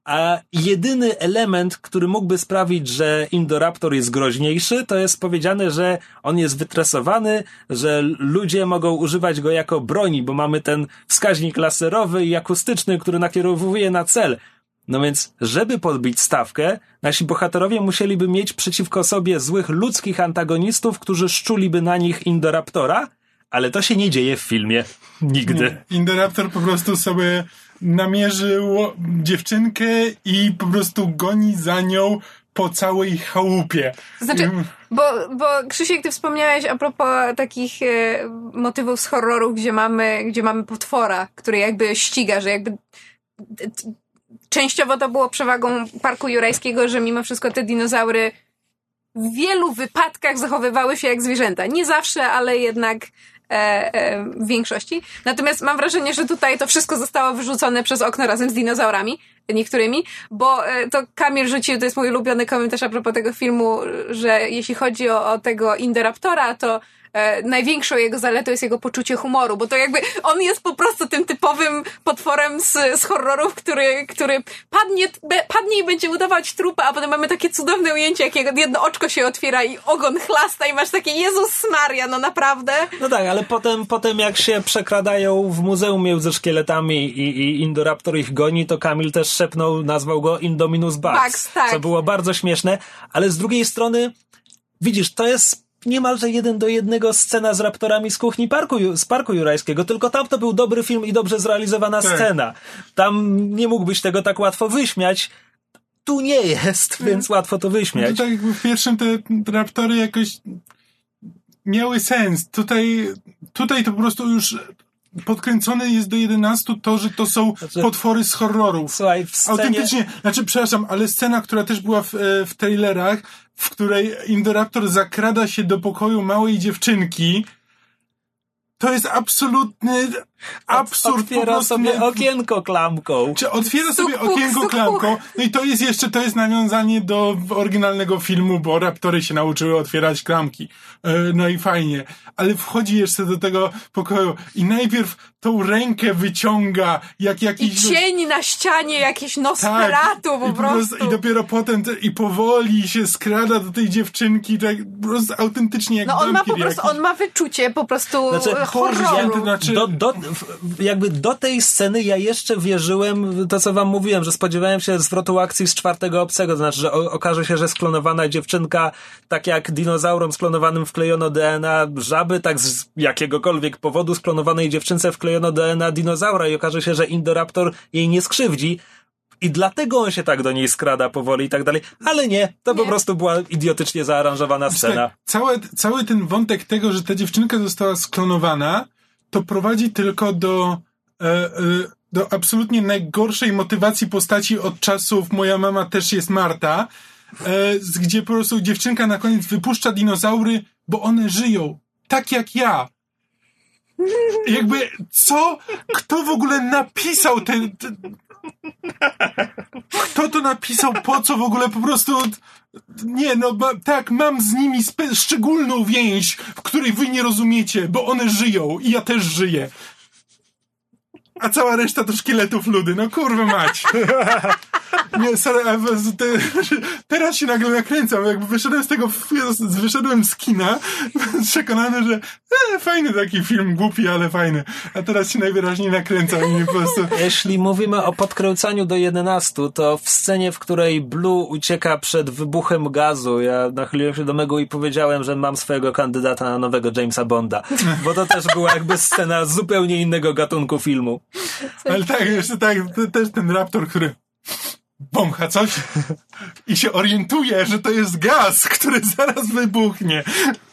a jedyny element, który mógłby sprawić, że Indoraptor jest groźniejszy, to jest powiedziane, że on jest wytresowany, że ludzie mogą używać go jako broni, bo mamy ten wskaźnik laserowy i akustyczny, który nakierowuje na cel. No więc, żeby podbić stawkę, nasi bohaterowie musieliby mieć przeciwko sobie złych ludzkich antagonistów, którzy szczuliby na nich Indoraptora, ale to się nie dzieje w filmie. Nigdy. Nie. Indoraptor po prostu sobie namierzył dziewczynkę i po prostu goni za nią po całej chałupie. Znaczy, bo, bo Krzysiek, ty wspomniałeś a propos takich e, motywów z horrorów, gdzie mamy, gdzie mamy potwora, który jakby ściga, że jakby t, t, częściowo to było przewagą Parku Jurajskiego, że mimo wszystko te dinozaury w wielu wypadkach zachowywały się jak zwierzęta. Nie zawsze, ale jednak e, e, w większości. Natomiast mam wrażenie, że tutaj to wszystko zostało wyrzucone przez okno razem z dinozaurami, niektórymi, bo e, to Kamil rzucił, to jest mój ulubiony komentarz a propos tego filmu, że jeśli chodzi o, o tego Indoraptora, to e, największą jego zaletą jest jego poczucie humoru, bo to jakby on jest po prostu tym typowym potworem z, z horrorów, który, który padnie, be, padnie i będzie udawać trupa, a potem mamy takie cudowne ujęcie, jak jego jedno oczko się otwiera i ogon chlasta i masz takie Jezus Maria, no naprawdę. No tak, ale potem, potem jak się przekradają w muzeum między szkieletami i, i Indoraptor ich goni, to Kamil też szepnął, nazwał go Indominus Bugs, Bugs, tak. Co było bardzo śmieszne, ale z drugiej strony widzisz, to jest niemalże jeden do jednego scena z raptorami z kuchni parku, z Parku Jurajskiego, tylko tam to był dobry film i dobrze zrealizowana tak. scena. Tam nie mógłbyś tego tak łatwo wyśmiać. Tu nie jest, hmm. więc łatwo to wyśmiać. No tutaj w pierwszym te raptory jakoś miały sens. Tutaj, tutaj to po prostu już podkręcone jest do jedenastu to, że to są znaczy, potwory z horrorów. Słuchaj, w scenie... Autentycznie, znaczy przepraszam, ale scena, która też była w, w trailerach, w której Indoraptor zakrada się do pokoju małej dziewczynki, to jest absolutny absurd. Otwiera po prostu sobie na... okienko klamką. Czy otwiera Stuk, sobie okienko stuk, klamką, no i to jest jeszcze, to jest nawiązanie do oryginalnego filmu, bo raptory się nauczyły otwierać klamki. No i fajnie. Ale wchodzi jeszcze do tego pokoju i najpierw tą rękę wyciąga, jak jakiś... I cień na ścianie, jakieś Nosferatu tak, po, i prostu. po prostu. I dopiero potem te, i powoli się skrada do tej dziewczynki, tak po prostu autentycznie jak No on ma po prostu, jakiś. on ma wyczucie po prostu znaczy, horroru. To znaczy... do, do, jakby do tej sceny ja jeszcze wierzyłem, to co wam mówiłem, że spodziewałem się zwrotu akcji z Czwartego Obcego, to znaczy, że o, okaże się, że sklonowana dziewczynka, tak jak dinozaurom sklonowanym wklejono D N A żaby, tak z jakiegokolwiek powodu sklonowanej dziewczynce wklejono D N A dinozaura i okaże się, że Indoraptor jej nie skrzywdzi. I dlatego on się tak do niej skrada powoli i tak dalej. Ale nie, to nie. po prostu była idiotycznie zaaranżowana scena. Cały, cały ten wątek tego, że ta dziewczynka została sklonowana, to prowadzi tylko do, e, e, do absolutnie najgorszej motywacji postaci od czasów Moja mama też jest Marta, e, gdzie po prostu dziewczynka na koniec wypuszcza dinozaury, bo one żyją. Tak jak ja. Jakby, co? Kto w ogóle napisał ten... ten... Kto to napisał? Po co w ogóle? Po prostu... Nie, no ba, tak, mam z nimi spe- szczególną więź, w której wy nie rozumiecie, bo one żyją i ja też żyję. A cała reszta to szkieletów ludy. No kurwa mać. Nie, sorry, te, teraz się nagle nakręcam. Jakby wyszedłem z tego, wyszedłem z kina przekonany, że e, fajny taki film, głupi, ale fajny. A teraz się najwyraźniej nakręcam i po prostu... Jeśli mówimy o podkręcaniu do jedenastu, to w scenie, w której Blue ucieka przed wybuchem gazu, ja nachyliłem się do mego i powiedziałem, że mam swojego kandydata na nowego Jamesa Bonda. Bo to też była jakby scena zupełnie innego gatunku filmu. Ale tak, jeszcze tak, też ten raptor, który wącha coś i się orientuje, że to jest gaz, który zaraz wybuchnie.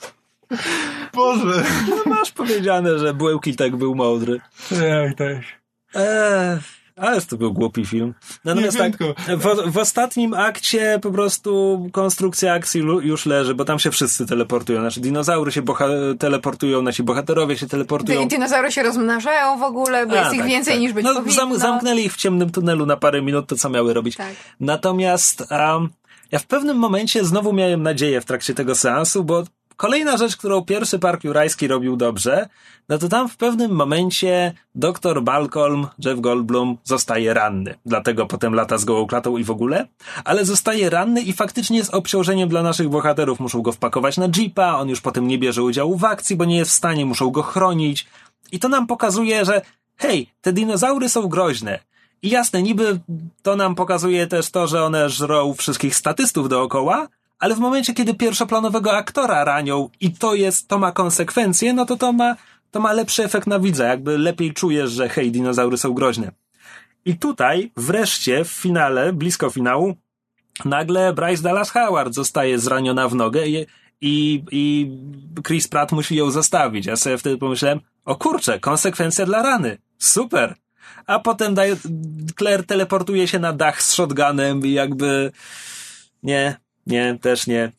Boże. No masz powiedziane, że Błękitek był mądry. Tak, tak. Eee, ale to był głupi film. Natomiast tak, w, w ostatnim akcie po prostu konstrukcja akcji już leży, bo tam się wszyscy teleportują. Znaczy dinozaury się boha- teleportują, nasi bohaterowie się teleportują. Dinozaury się rozmnażają w ogóle, bo A, jest ich tak, więcej tak. niż być no, powinno. Zam- zamknęli ich w ciemnym tunelu na parę minut, to co miały robić. Tak. Natomiast um, ja w pewnym momencie znowu miałem nadzieję w trakcie tego seansu, bo kolejna rzecz, którą pierwszy Park Jurajski robił dobrze, no to tam w pewnym momencie doktor Balcolm, Jeff Goldblum, zostaje ranny. Dlatego potem lata z gołą klatą i w ogóle. Ale zostaje ranny i faktycznie jest obciążeniem dla naszych bohaterów. Muszą go wpakować na jeepa, on już potem nie bierze udziału w akcji, bo nie jest w stanie, muszą go chronić. I to nam pokazuje, że hej, te dinozaury są groźne. I jasne, niby to nam pokazuje też to, że one żrą wszystkich statystów dookoła, ale w momencie, kiedy pierwszoplanowego aktora ranią i to jest, to ma konsekwencje, no to to ma, to ma lepszy efekt na widza. Jakby lepiej czujesz, że hej, dinozaury są groźne. I tutaj wreszcie w finale, blisko finału, nagle Bryce Dallas Howard zostaje zraniona w nogę i, i, i Chris Pratt musi ją zostawić. Ja sobie wtedy pomyślałem, o kurczę, konsekwencja dla rany. Super. A potem daje, Claire teleportuje się na dach z shotgunem i jakby nie, nie, też nie.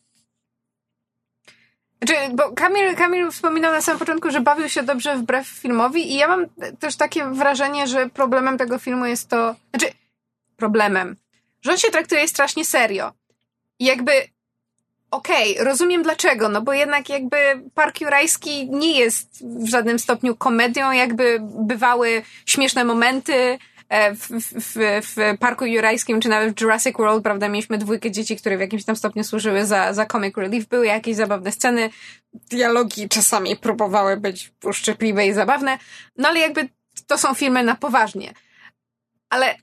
Znaczy, bo Kamil, Kamil wspominał na samym początku, że bawił się dobrze wbrew filmowi i ja mam też takie wrażenie, że problemem tego filmu jest to, znaczy problemem, że on się traktuje strasznie serio. I jakby okej, okay, rozumiem dlaczego, no bo jednak jakby Park Jurajski nie jest w żadnym stopniu komedią, jakby bywały śmieszne momenty w, w, w Parku Jurajskim, czy nawet w Jurassic World, prawda, mieliśmy dwójkę dzieci, które w jakimś tam stopniu służyły za, za comic relief, były jakieś zabawne sceny, dialogi czasami próbowały być uszczypliwe i zabawne, no ale jakby to są filmy na poważnie. Ale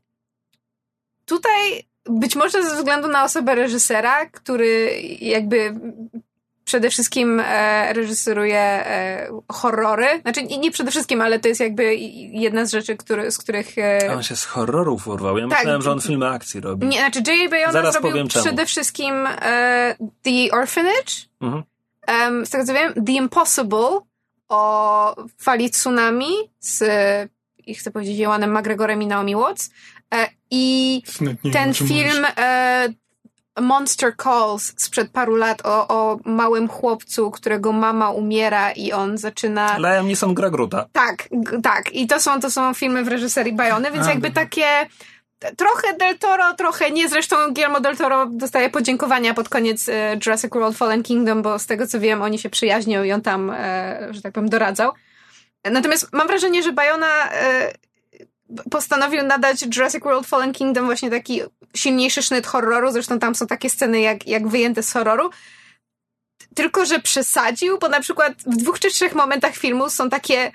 tutaj być może ze względu na osobę reżysera, który jakby przede wszystkim e, reżyseruje e, horrory. Znaczy nie, nie przede wszystkim, ale to jest jakby jedna z rzeczy, który, z których... E... A on się z horrorów urwał. Ja tak, myślałem, że on filmy akcji robi. Nie, znaczy J A. Bayona Zaraz zrobił powiem przede czemu. wszystkim e, The Orphanage. Mhm. Um, z tego co wiem, The Impossible o fali tsunami z, i chcę powiedzieć, Ewanem McGregorem i Naomi Watts. E, I nie ten film e, Monster Calls sprzed paru lat o, o małym chłopcu, którego mama umiera i on zaczyna... Liam Neeson gra Groota. Tak, g- tak. I to są, to są filmy w reżyserii Bayony, więc A, jakby dobra. takie trochę Del Toro, trochę nie. Zresztą Guillermo Del Toro dostaje podziękowania pod koniec e, Jurassic World Fallen Kingdom, bo z tego co wiem, oni się przyjaźnią i on tam, e, że tak powiem, doradzał. Natomiast mam wrażenie, że Bayona e, postanowił nadać Jurassic World Fallen Kingdom właśnie taki silniejszy sznyt horroru, zresztą tam są takie sceny jak, jak wyjęte z horroru, tylko że przesadził, bo na przykład w dwóch czy trzech momentach filmu są takie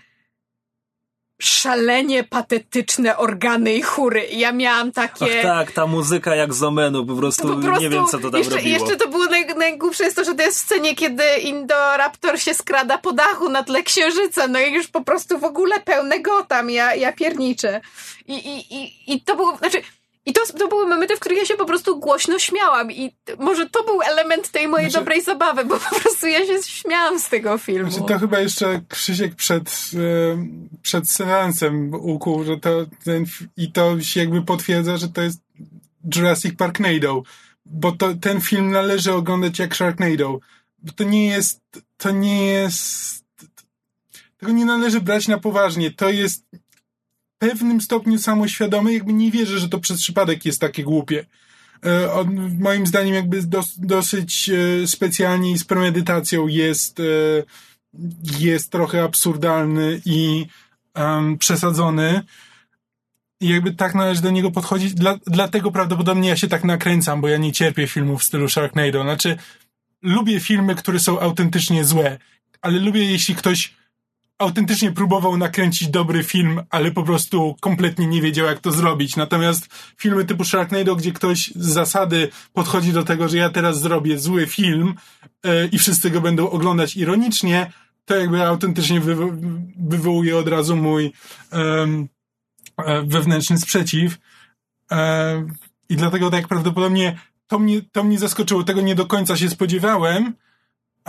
szalenie patetyczne organy i chóry. I ja miałam takie... Ach tak, ta muzyka jak z Omenu, po prostu, po prostu nie wiem, co to tam jeszcze, robiło. Jeszcze to było naj, najgłupsze jest to, że to jest w scenie, kiedy Indoraptor się skrada po dachu na tle księżyca, no i już po prostu w ogóle pełne Gotham, ja, ja pierniczę. I, i, i, i to było, znaczy... I to, to były momenty, w których ja się po prostu głośno śmiałam i może to był element tej mojej znaczy, dobrej zabawy, bo po prostu ja się śmiałam z tego filmu. Znaczy, to chyba jeszcze Krzysiek przed, przed seansem ukuł, że to ten, i to się jakby potwierdza, że to jest Jurassic Parknado, bo to, ten film należy oglądać jak Sharknado. Bo to nie jest, to nie jest, tego nie należy brać na poważnie. To jest w pewnym stopniu samoświadomy, jakby nie wierzę, że to przez przypadek jest takie głupie. E, on, moim zdaniem jakby dos, dosyć e, specjalnie i z premedytacją jest, e, jest trochę absurdalny i um, przesadzony. I jakby tak należy do niego podchodzić. Dla, dlatego prawdopodobnie ja się tak nakręcam, bo ja nie cierpię filmów w stylu Sharknado. Znaczy, lubię filmy, które są autentycznie złe, ale lubię, jeśli ktoś autentycznie próbował nakręcić dobry film, ale po prostu kompletnie nie wiedział, jak to zrobić. Natomiast filmy typu Sharknado, gdzie ktoś z zasady podchodzi do tego, że ja teraz zrobię zły film yy, i wszyscy go będą oglądać ironicznie, to jakby autentycznie wywo- wywołuje od razu mój yy, yy, wewnętrzny sprzeciw. Yy, I dlatego tak prawdopodobnie to mnie, to mnie zaskoczyło. Tego nie do końca się spodziewałem. Yy,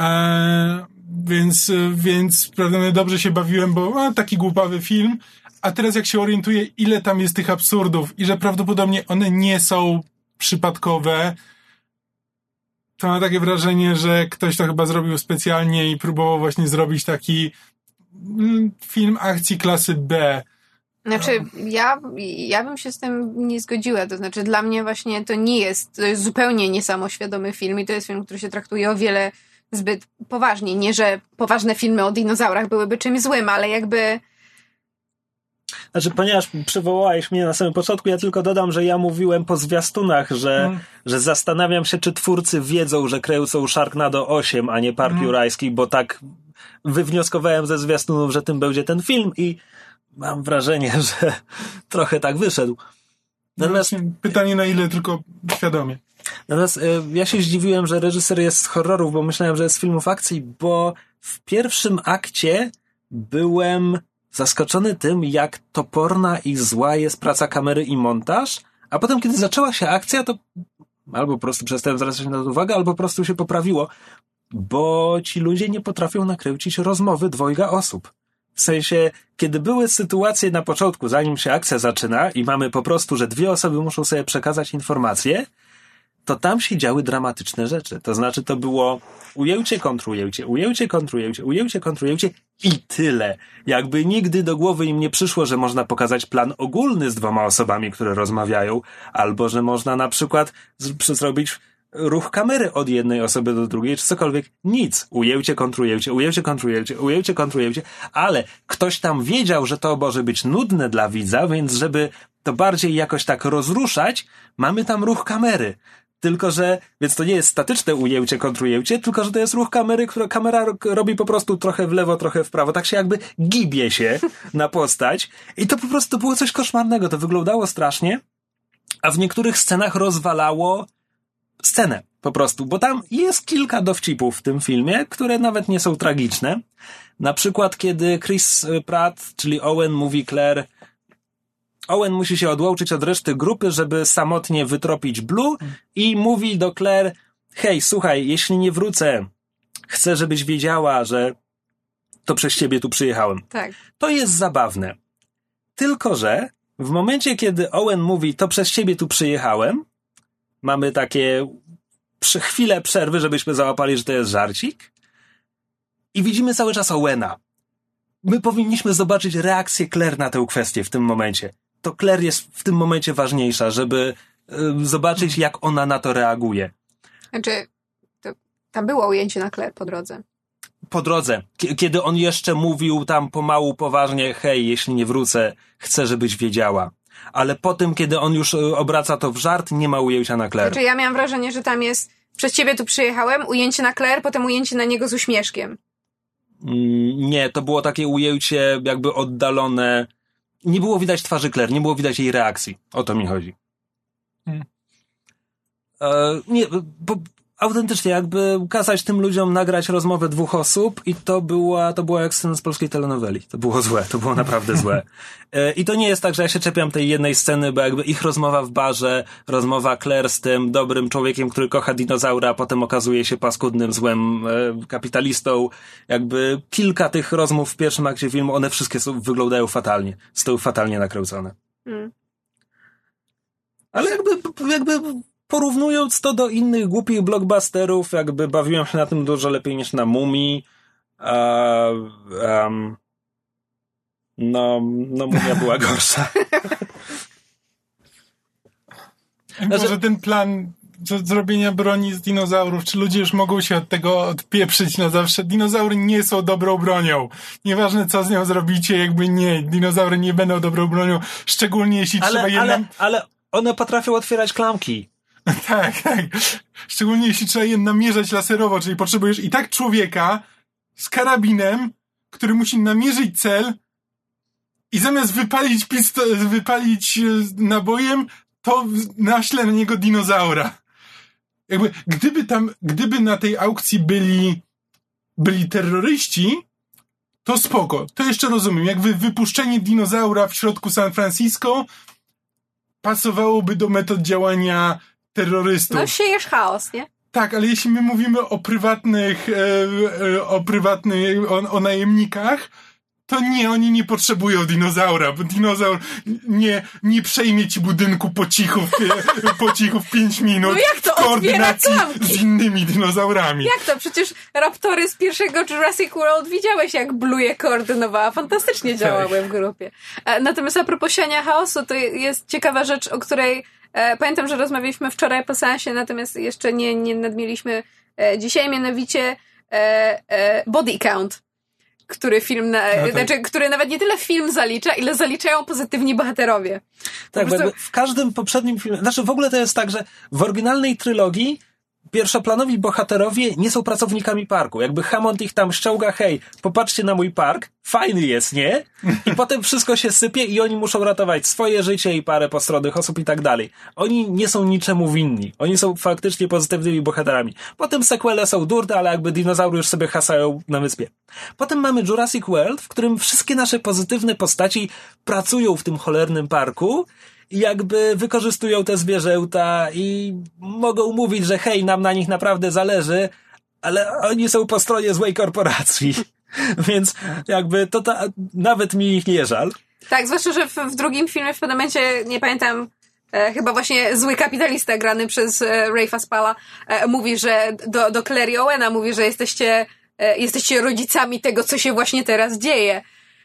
Więc, więc prawdopodobnie dobrze się bawiłem, bo a, taki głupawy film, a teraz jak się orientuję, ile tam jest tych absurdów i że prawdopodobnie one nie są przypadkowe, to mam takie wrażenie, że ktoś to chyba zrobił specjalnie i próbował właśnie zrobić taki film akcji klasy B. Znaczy, ja, ja bym się z tym nie zgodziła. To znaczy, dla mnie właśnie to nie jest, to jest zupełnie niesamoświadomy film i to jest film, który się traktuje o wiele zbyt poważnie. Nie, że poważne filmy o dinozaurach byłyby czymś złym, ale jakby... Znaczy, ponieważ przywołałeś mnie na samym początku, ja tylko dodam, że ja mówiłem po zwiastunach, że, mm. że zastanawiam się, czy twórcy wiedzą, że kręcą Sharknado osiem, a nie Park mm. Jurajski, bo tak wywnioskowałem ze zwiastunów, że tym będzie ten film i mam wrażenie, że trochę tak wyszedł. Natomiast no, pytanie, na ile tylko świadomie. Natomiast y, ja się zdziwiłem, że reżyser jest z horrorów, bo myślałem, że jest z filmów akcji, bo w pierwszym akcie byłem zaskoczony tym, jak toporna i zła jest praca kamery i montaż, a potem, kiedy zaczęła się akcja, to albo po prostu przestałem zwracać na to uwagę, albo po prostu się poprawiło, bo ci ludzie nie potrafią nakręcić rozmowy dwojga osób. W sensie, kiedy były sytuacje na początku, zanim się akcja zaczyna i mamy po prostu, że dwie osoby muszą sobie przekazać informacje, to tam się działy dramatyczne rzeczy. To znaczy, to było ujęcie, kontrujęcie, ujęcie, kontrujęcie, ujęcie, kontrujęcie i tyle. Jakby nigdy do głowy im nie przyszło, że można pokazać plan ogólny z dwoma osobami, które rozmawiają, albo że można na przykład z- zrobić ruch kamery od jednej osoby do drugiej, czy cokolwiek. Nic. Ujęcie, kontrujęcie, ujęcie, kontrujęcie, ujęcie, kontrujęcie, ale ktoś tam wiedział, że to może być nudne dla widza, więc żeby to bardziej jakoś tak rozruszać, mamy tam ruch kamery. Tylko, że, więc to nie jest statyczne ujęcie, kontrujęcie, tylko, że to jest ruch kamery, która kamera robi po prostu trochę w lewo, trochę w prawo, tak się jakby gibie się na postać i to po prostu było coś koszmarnego, to wyglądało strasznie, a w niektórych scenach rozwalało scenę po prostu, bo tam jest kilka dowcipów w tym filmie, które nawet nie są tragiczne. Na przykład, kiedy Chris Pratt, czyli Owen, mówi Claire, Owen musi się odłączyć od reszty grupy, żeby samotnie wytropić Blue i mówi do Claire, hej, słuchaj, jeśli nie wrócę, chcę, żebyś wiedziała, że to przez ciebie tu przyjechałem. Tak. To jest zabawne. Tylko, że w momencie, kiedy Owen mówi, to przez ciebie tu przyjechałem, mamy takie przy chwilę przerwy, żebyśmy załapali, że to jest żarcik i widzimy cały czas Owena. My powinniśmy zobaczyć reakcję Claire na tę kwestię w tym momencie. To Claire jest w tym momencie ważniejsza, żeby y, zobaczyć, jak ona na to reaguje. Znaczy, to, tam było ujęcie na Claire po drodze. Po drodze, k- kiedy on jeszcze mówił tam pomału, poważnie, hej, jeśli nie wrócę, chcę, żebyś wiedziała. Ale po tym, kiedy on już y, obraca to w żart, nie ma ujęcia na Claire. Znaczy, ja miałam wrażenie, że tam jest przez ciebie tu przyjechałem, ujęcie na Claire, potem ujęcie na niego z uśmieszkiem. Mm, nie, to było takie ujęcie jakby oddalone. Nie było widać twarzy Claire, nie było widać jej reakcji. O to mi chodzi. Hmm. E, nie, bo autentycznie jakby kazać tym ludziom nagrać rozmowę dwóch osób i to była, to była jak scena z polskiej telenoweli. To było złe, to było naprawdę złe. E, I to nie jest tak, że ja się czepiam tej jednej sceny, bo jakby ich rozmowa w barze, rozmowa Claire z tym dobrym człowiekiem, który kocha dinozaura, a potem okazuje się paskudnym, złym e, kapitalistą. Jakby kilka tych rozmów w pierwszym akcie filmu, one wszystkie są, wyglądają fatalnie. Są fatalnie nakręcone. Hmm. Ale jakby, jakby porównując to do innych głupich blockbusterów, jakby bawiłem się na tym dużo lepiej niż na Mumii. Uh, um, no, no Mumia była gorsza. Znaczy, może ten plan zrobienia broni z dinozaurów, czy ludzie już mogą się od tego odpieprzyć na zawsze? Dinozaury nie są dobrą bronią. Nieważne, co z nią zrobicie, jakby nie. Dinozaury nie będą dobrą bronią, szczególnie jeśli ale, trzeba je ale, nam... ale one potrafią otwierać klamki. Tak, tak. Szczególnie jeśli trzeba je namierzać laserowo, czyli potrzebujesz i tak człowieka z karabinem, który musi namierzyć cel i zamiast wypalić pisto- wypalić nabojem, to naśle na niego dinozaura. Jakby, gdyby tam, gdyby na tej aukcji byli byli terroryści, to spoko. To jeszcze rozumiem. Jakby wypuszczenie dinozaura w środku San Francisco pasowałoby do metod działania terrorystów. No siejesz chaos, nie? Tak, ale jeśli my mówimy o prywatnych, e, e, o prywatnych, o, o najemnikach, to nie, oni nie potrzebują dinozaura, bo dinozaur nie, nie przejmie ci budynku po cichu, w, po cichu w pięć minut. No jak to w koordynacji z innymi dinozaurami. Jak to? Przecież raptory z pierwszego Jurassic World widziałeś, jak Blue je koordynowała. Fantastycznie działały w grupie. Natomiast a propos siania chaosu, to jest ciekawa rzecz, o której e, pamiętam, że rozmawialiśmy wczoraj po seansie, natomiast jeszcze nie, nie nadmieliśmy e, dzisiaj, mianowicie e, e, Body Count, który film, na, no tak. znaczy, który nawet nie tyle film zalicza, ile zaliczają pozytywni bohaterowie. Po tak, prostu... bo w każdym poprzednim filmie, znaczy w ogóle to jest tak, że w oryginalnej trylogii pierwszoplanowi bohaterowie nie są pracownikami parku. Jakby Hammond ich tam ściąga, hej, popatrzcie na mój park, fajny jest, nie? I potem wszystko się sypie i oni muszą ratować swoje życie i parę postronnych osób i tak dalej. Oni nie są niczemu winni. Oni są faktycznie pozytywnymi bohaterami. Potem sequele są durne, ale jakby dinozaury już sobie hasają na wyspie. Potem mamy Jurassic World, w którym wszystkie nasze pozytywne postaci pracują w tym cholernym parku i jakby wykorzystują te zwierzęta i mogą mówić, że hej, nam na nich naprawdę zależy, ale oni są po stronie złej korporacji. Więc jakby to ta, nawet mi ich nie żal. Tak, zwłaszcza, że w, w drugim filmie w pewnym momencie, nie pamiętam, e, chyba właśnie zły kapitalista grany przez e, Rafa Spalla e, mówi, że do, do Claire i Owena mówi, że jesteście, e, jesteście rodzicami tego, co się właśnie teraz dzieje.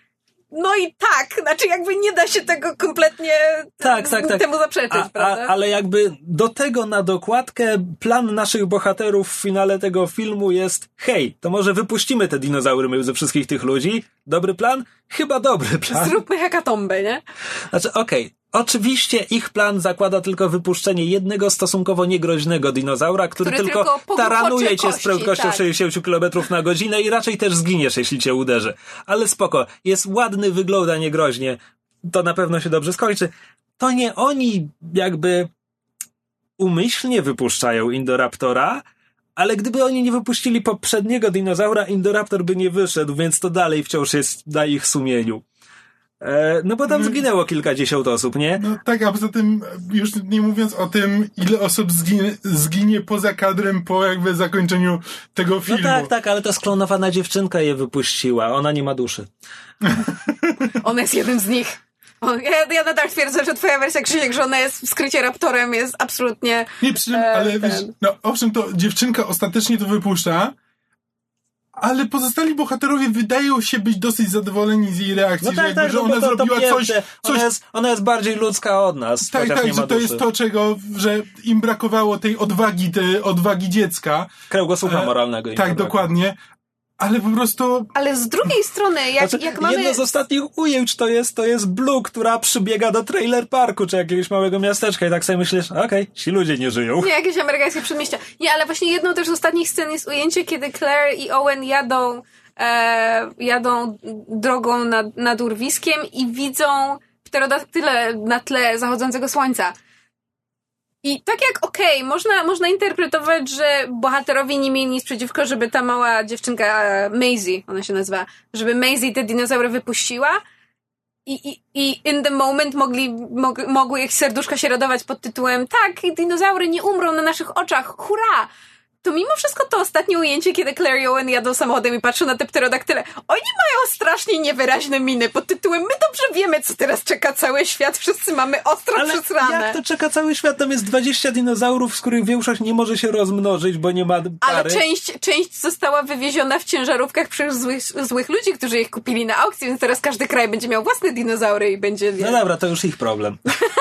No i tak, znaczy jakby nie da się tego kompletnie tak, tak, tak. temu zaprzeczyć, a, prawda? A, ale jakby do tego na dokładkę plan naszych bohaterów w finale tego filmu jest hej, to może wypuścimy te dinozaury ze wszystkich tych ludzi. Dobry plan? Chyba dobry plan. Zróbmy hekatombę, nie? Znaczy, okej. Okay. Oczywiście ich plan zakłada tylko wypuszczenie jednego stosunkowo niegroźnego dinozaura, który, który tylko, tylko taranuje cię z prędkością tak. sześćdziesiąt kilometrów na godzinę i raczej też zginiesz, jeśli cię uderzy. Ale spoko, jest ładny, wygląda niegroźnie. To na pewno się dobrze skończy. To nie oni jakby umyślnie wypuszczają Indoraptora, ale gdyby oni nie wypuścili poprzedniego dinozaura, Indoraptor by nie wyszedł, więc to dalej wciąż jest na ich sumieniu. No bo tam zginęło kilkadziesiąt osób, nie? No tak, a poza tym już nie mówiąc o tym, ile osób zginie, zginie poza kadrem po jakby zakończeniu tego filmu. No tak, tak, ale ta sklonowana dziewczynka je wypuściła. Ona nie ma duszy. Ona jest jednym z nich. Ja, ja nadal twierdzę, że twoja wersja, Krzysiek, że ona jest w skrycie raptorem, jest absolutnie... Nie, przy czym, e, ale ten... wiesz, no owszem, to dziewczynka ostatecznie to wypuszcza, ale pozostali bohaterowie wydają się być dosyć zadowoleni z jej reakcji, no tak, że, jakby, tak, że ona to, to, zrobiła to coś, coś... Ona jest, ona jest bardziej ludzka od nas, tak, chociaż tak, nie ma że to duszy. jest to, czego, że im brakowało tej odwagi, tej odwagi dziecka. Kręgosłupa moralnego. E, tak, dokładnie. Ale po prostu... Ale z drugiej strony, jak, znaczy, jak mamy... Jedno z ostatnich ujęć to jest, to jest Blue, która przybiega do trailer parku, czy jakiegoś małego miasteczka i tak sobie myślisz, okej, okay, ci ludzie nie żyją. Nie, jakieś amerykańskie przedmieścia. Nie, ale właśnie jedną też z ostatnich scen jest ujęcie, kiedy Claire i Owen jadą e, jadą drogą nad, nad urwiskiem i widzą pterodaktyle na tle zachodzącego słońca. I tak jak, okej, okay, można, można interpretować, że bohaterowie nie mieli nic przeciwko, żeby ta mała dziewczynka, Maisie, ona się nazywa, żeby Maisie te dinozaury wypuściła i, i, i in the moment mogli, mog, mogły ich serduszka się radować pod tytułem tak, dinozaury nie umrą na naszych oczach, hurra! To mimo wszystko to ostatnie ujęcie, kiedy Claire i Owen jadą samochodem i patrzą na te pterodaktyle, oni mają strasznie niewyraźne miny pod tytułem my dobrze wiemy, co teraz czeka cały świat, wszyscy mamy ostro ale przesrane. Jak to czeka cały świat? Tam jest dwadzieścia dinozaurów, z których większość nie może się rozmnożyć, bo nie ma pary. Ale część, część została wywieziona w ciężarówkach przez złych, złych ludzi, którzy ich kupili na aukcji, więc teraz każdy kraj będzie miał własne dinozaury i będzie... No dobra, to już ich problem.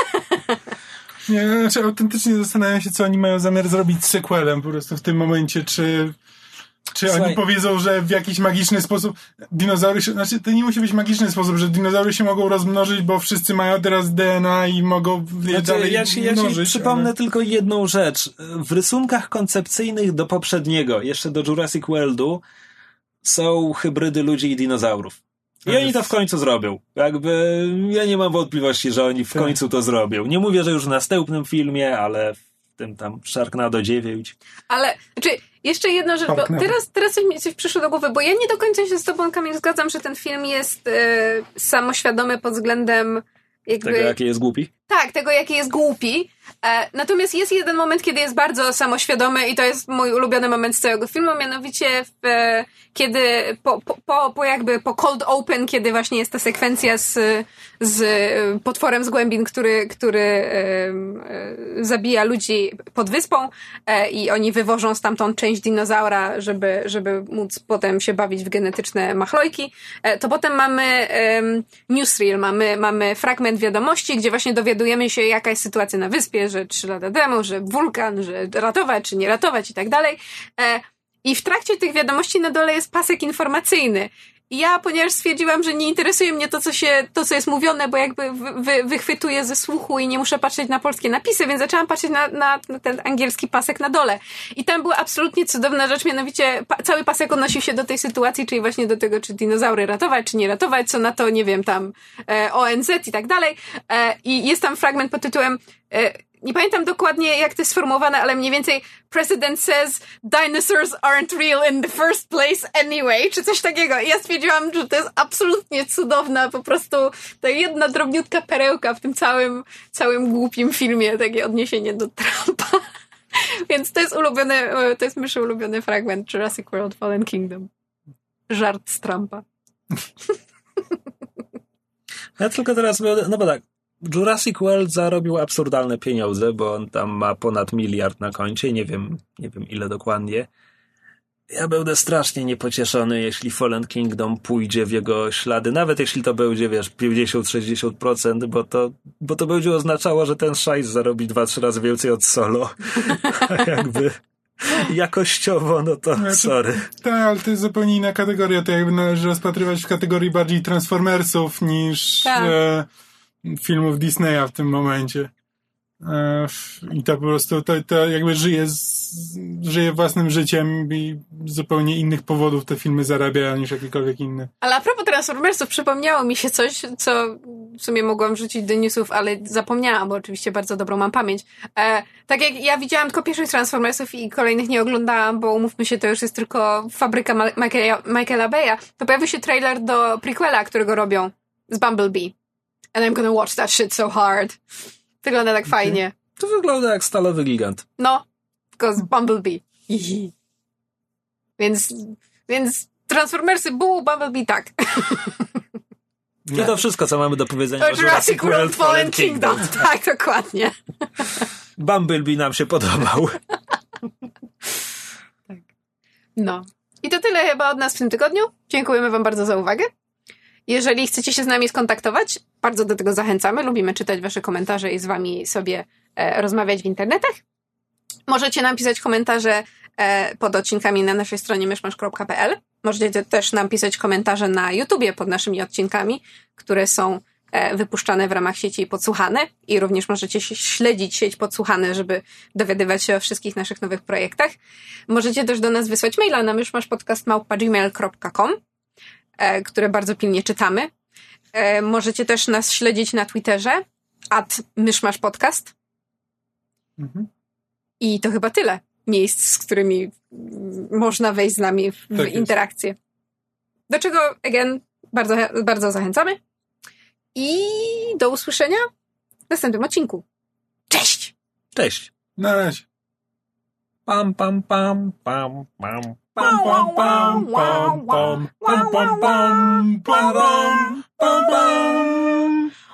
Nie, znaczy autentycznie zastanawiam się, co oni mają zamiar zrobić z sequelem po prostu w tym momencie, czy, czy Słuchaj. oni powiedzą, że w jakiś magiczny sposób dinozaury się, znaczy to nie musi być magiczny sposób, że dinozaury się mogą rozmnożyć, bo wszyscy mają teraz D N A i mogą znaczy, dalej ja ci, ja ci mnożyć. przypomnę ale... tylko jedną rzecz. W rysunkach koncepcyjnych do poprzedniego, jeszcze do Jurassic Worldu, są hybrydy ludzi i dinozaurów. I oni to w końcu zrobią. Jakby ja nie mam wątpliwości, że oni w końcu to zrobią. Nie mówię, że już w następnym filmie, ale w tym tam Sharknado dziewięć. Ale, znaczy, jeszcze jedna rzecz, bo teraz, teraz coś mi coś przyszło do głowy, bo ja nie do końca się z tobą, Kamil, zgadzam, że ten film jest e, samoświadomy pod względem jakby... Tego, jaki jest głupi? Tak, tego, jaki jest głupi. E, natomiast jest jeden moment, kiedy jest bardzo samoświadomy i to jest mój ulubiony moment z całego filmu, mianowicie w, e, kiedy po, po, po, po jakby po cold open, kiedy właśnie jest ta sekwencja z, z potworem z głębin, który, który e, e, zabija ludzi pod wyspą e, i oni wywożą stamtąd część dinozaura, żeby, żeby móc potem się bawić w genetyczne machlojki, e, to potem mamy e, newsreel, mamy, mamy fragment wiadomości, gdzie właśnie dowiadujemy się, jaka jest sytuacja na wyspie, że trzy lata temu, że wulkan, że ratować czy nie ratować i tak dalej. I w trakcie tych wiadomości na dole jest pasek informacyjny. I ja, ponieważ stwierdziłam, że nie interesuje mnie to, co się, to, co jest mówione, bo jakby wy, wychwytuję ze słuchu i nie muszę patrzeć na polskie napisy, więc zaczęłam patrzeć na, na, na ten angielski pasek na dole. I tam była absolutnie cudowna rzecz, mianowicie pa, cały pasek odnosił się do tej sytuacji, czyli właśnie do tego, czy dinozaury ratować, czy nie ratować, co na to, nie wiem, tam e, O N Z i tak dalej. E, I jest tam fragment pod tytułem e, nie pamiętam dokładnie, jak to jest sformułowane, ale mniej więcej President says dinosaurs aren't real in the first place anyway, czy coś takiego. I ja stwierdziłam, że to jest absolutnie cudowna, po prostu ta jedna drobniutka perełka w tym całym, całym głupim filmie, takie odniesienie do Trumpa. Więc to jest ulubiony, to jest myszy ulubiony fragment Jurassic World Fallen Kingdom. Żart z Trumpa. Ja tylko teraz, no bo tak, Jurassic World zarobił absurdalne pieniądze, bo on tam ma ponad miliard na koncie, nie wiem, nie wiem ile dokładnie. Ja będę strasznie niepocieszony, jeśli Fallen Kingdom pójdzie w jego ślady, nawet jeśli to będzie, wiesz, pięćdziesiąt do sześćdziesięciu procent, bo to, bo to będzie oznaczało, że ten szajs zarobi dwa, trzy razy więcej od Solo. A jakby jakościowo, no to no, sorry. Tak, ale to jest zupełnie inna kategoria, to jakby należy rozpatrywać w kategorii bardziej Transformersów niż tak. e, filmów Disneya w tym momencie. E, I to po prostu to, to jakby żyje, z, żyje własnym życiem i z zupełnie innych powodów te filmy zarabiają niż jakiekolwiek inne. Ale a propos Transformersów, przypomniało mi się coś, co w sumie mogłam wrzucić do newsów, ale zapomniałam, bo oczywiście bardzo dobrą mam pamięć. E, tak jak ja widziałam tylko pierwszych Transformersów i kolejnych nie oglądałam, bo umówmy się, to już jest tylko fabryka Ma- Michaela, Michaela Baya, to pojawił się trailer do prequela, którego robią z Bumblebee. And I'm gonna watch that shit so hard. Wygląda tak okay. fajnie. To wygląda jak stalowy gigant. No, tylko z Bumblebee. więc, więc Transformersy, buu, Bumblebee tak. I to wszystko, co mamy do powiedzenia o Jurassic World Fallen Kingdom. Kingdom. Tak, dokładnie. Bumblebee nam się podobał. tak. No. I to tyle chyba od nas w tym tygodniu. Dziękujemy wam bardzo za uwagę. Jeżeli chcecie się z nami skontaktować, bardzo do tego zachęcamy. Lubimy czytać wasze komentarze i z wami sobie e, rozmawiać w internetach. Możecie nam pisać komentarze e, pod odcinkami na naszej stronie myszmasz kropka p l. Możecie też nam pisać komentarze na YouTubie pod naszymi odcinkami, które są e, wypuszczane w ramach sieci Podsłuchane i również możecie śledzić sieć Podsłuchane, żeby dowiadywać się o wszystkich naszych nowych projektach. Możecie też do nas wysłać maila na myszmaszpodcast małpa gmail kropka com, e, które bardzo pilnie czytamy. E, możecie też nas śledzić na Twitterze at myszmaszpodcast. Mhm. I to chyba tyle miejsc, z którymi można wejść z nami w, tak w interakcję. Do czego, again, bardzo, bardzo zachęcamy. I do usłyszenia w następnym odcinku. Cześć! Cześć! Na razie. Pam, pam, pam, pam, pam. Pam, pam, pam, pam, pam, pam, pam, pam, pam, pam, pam, pam.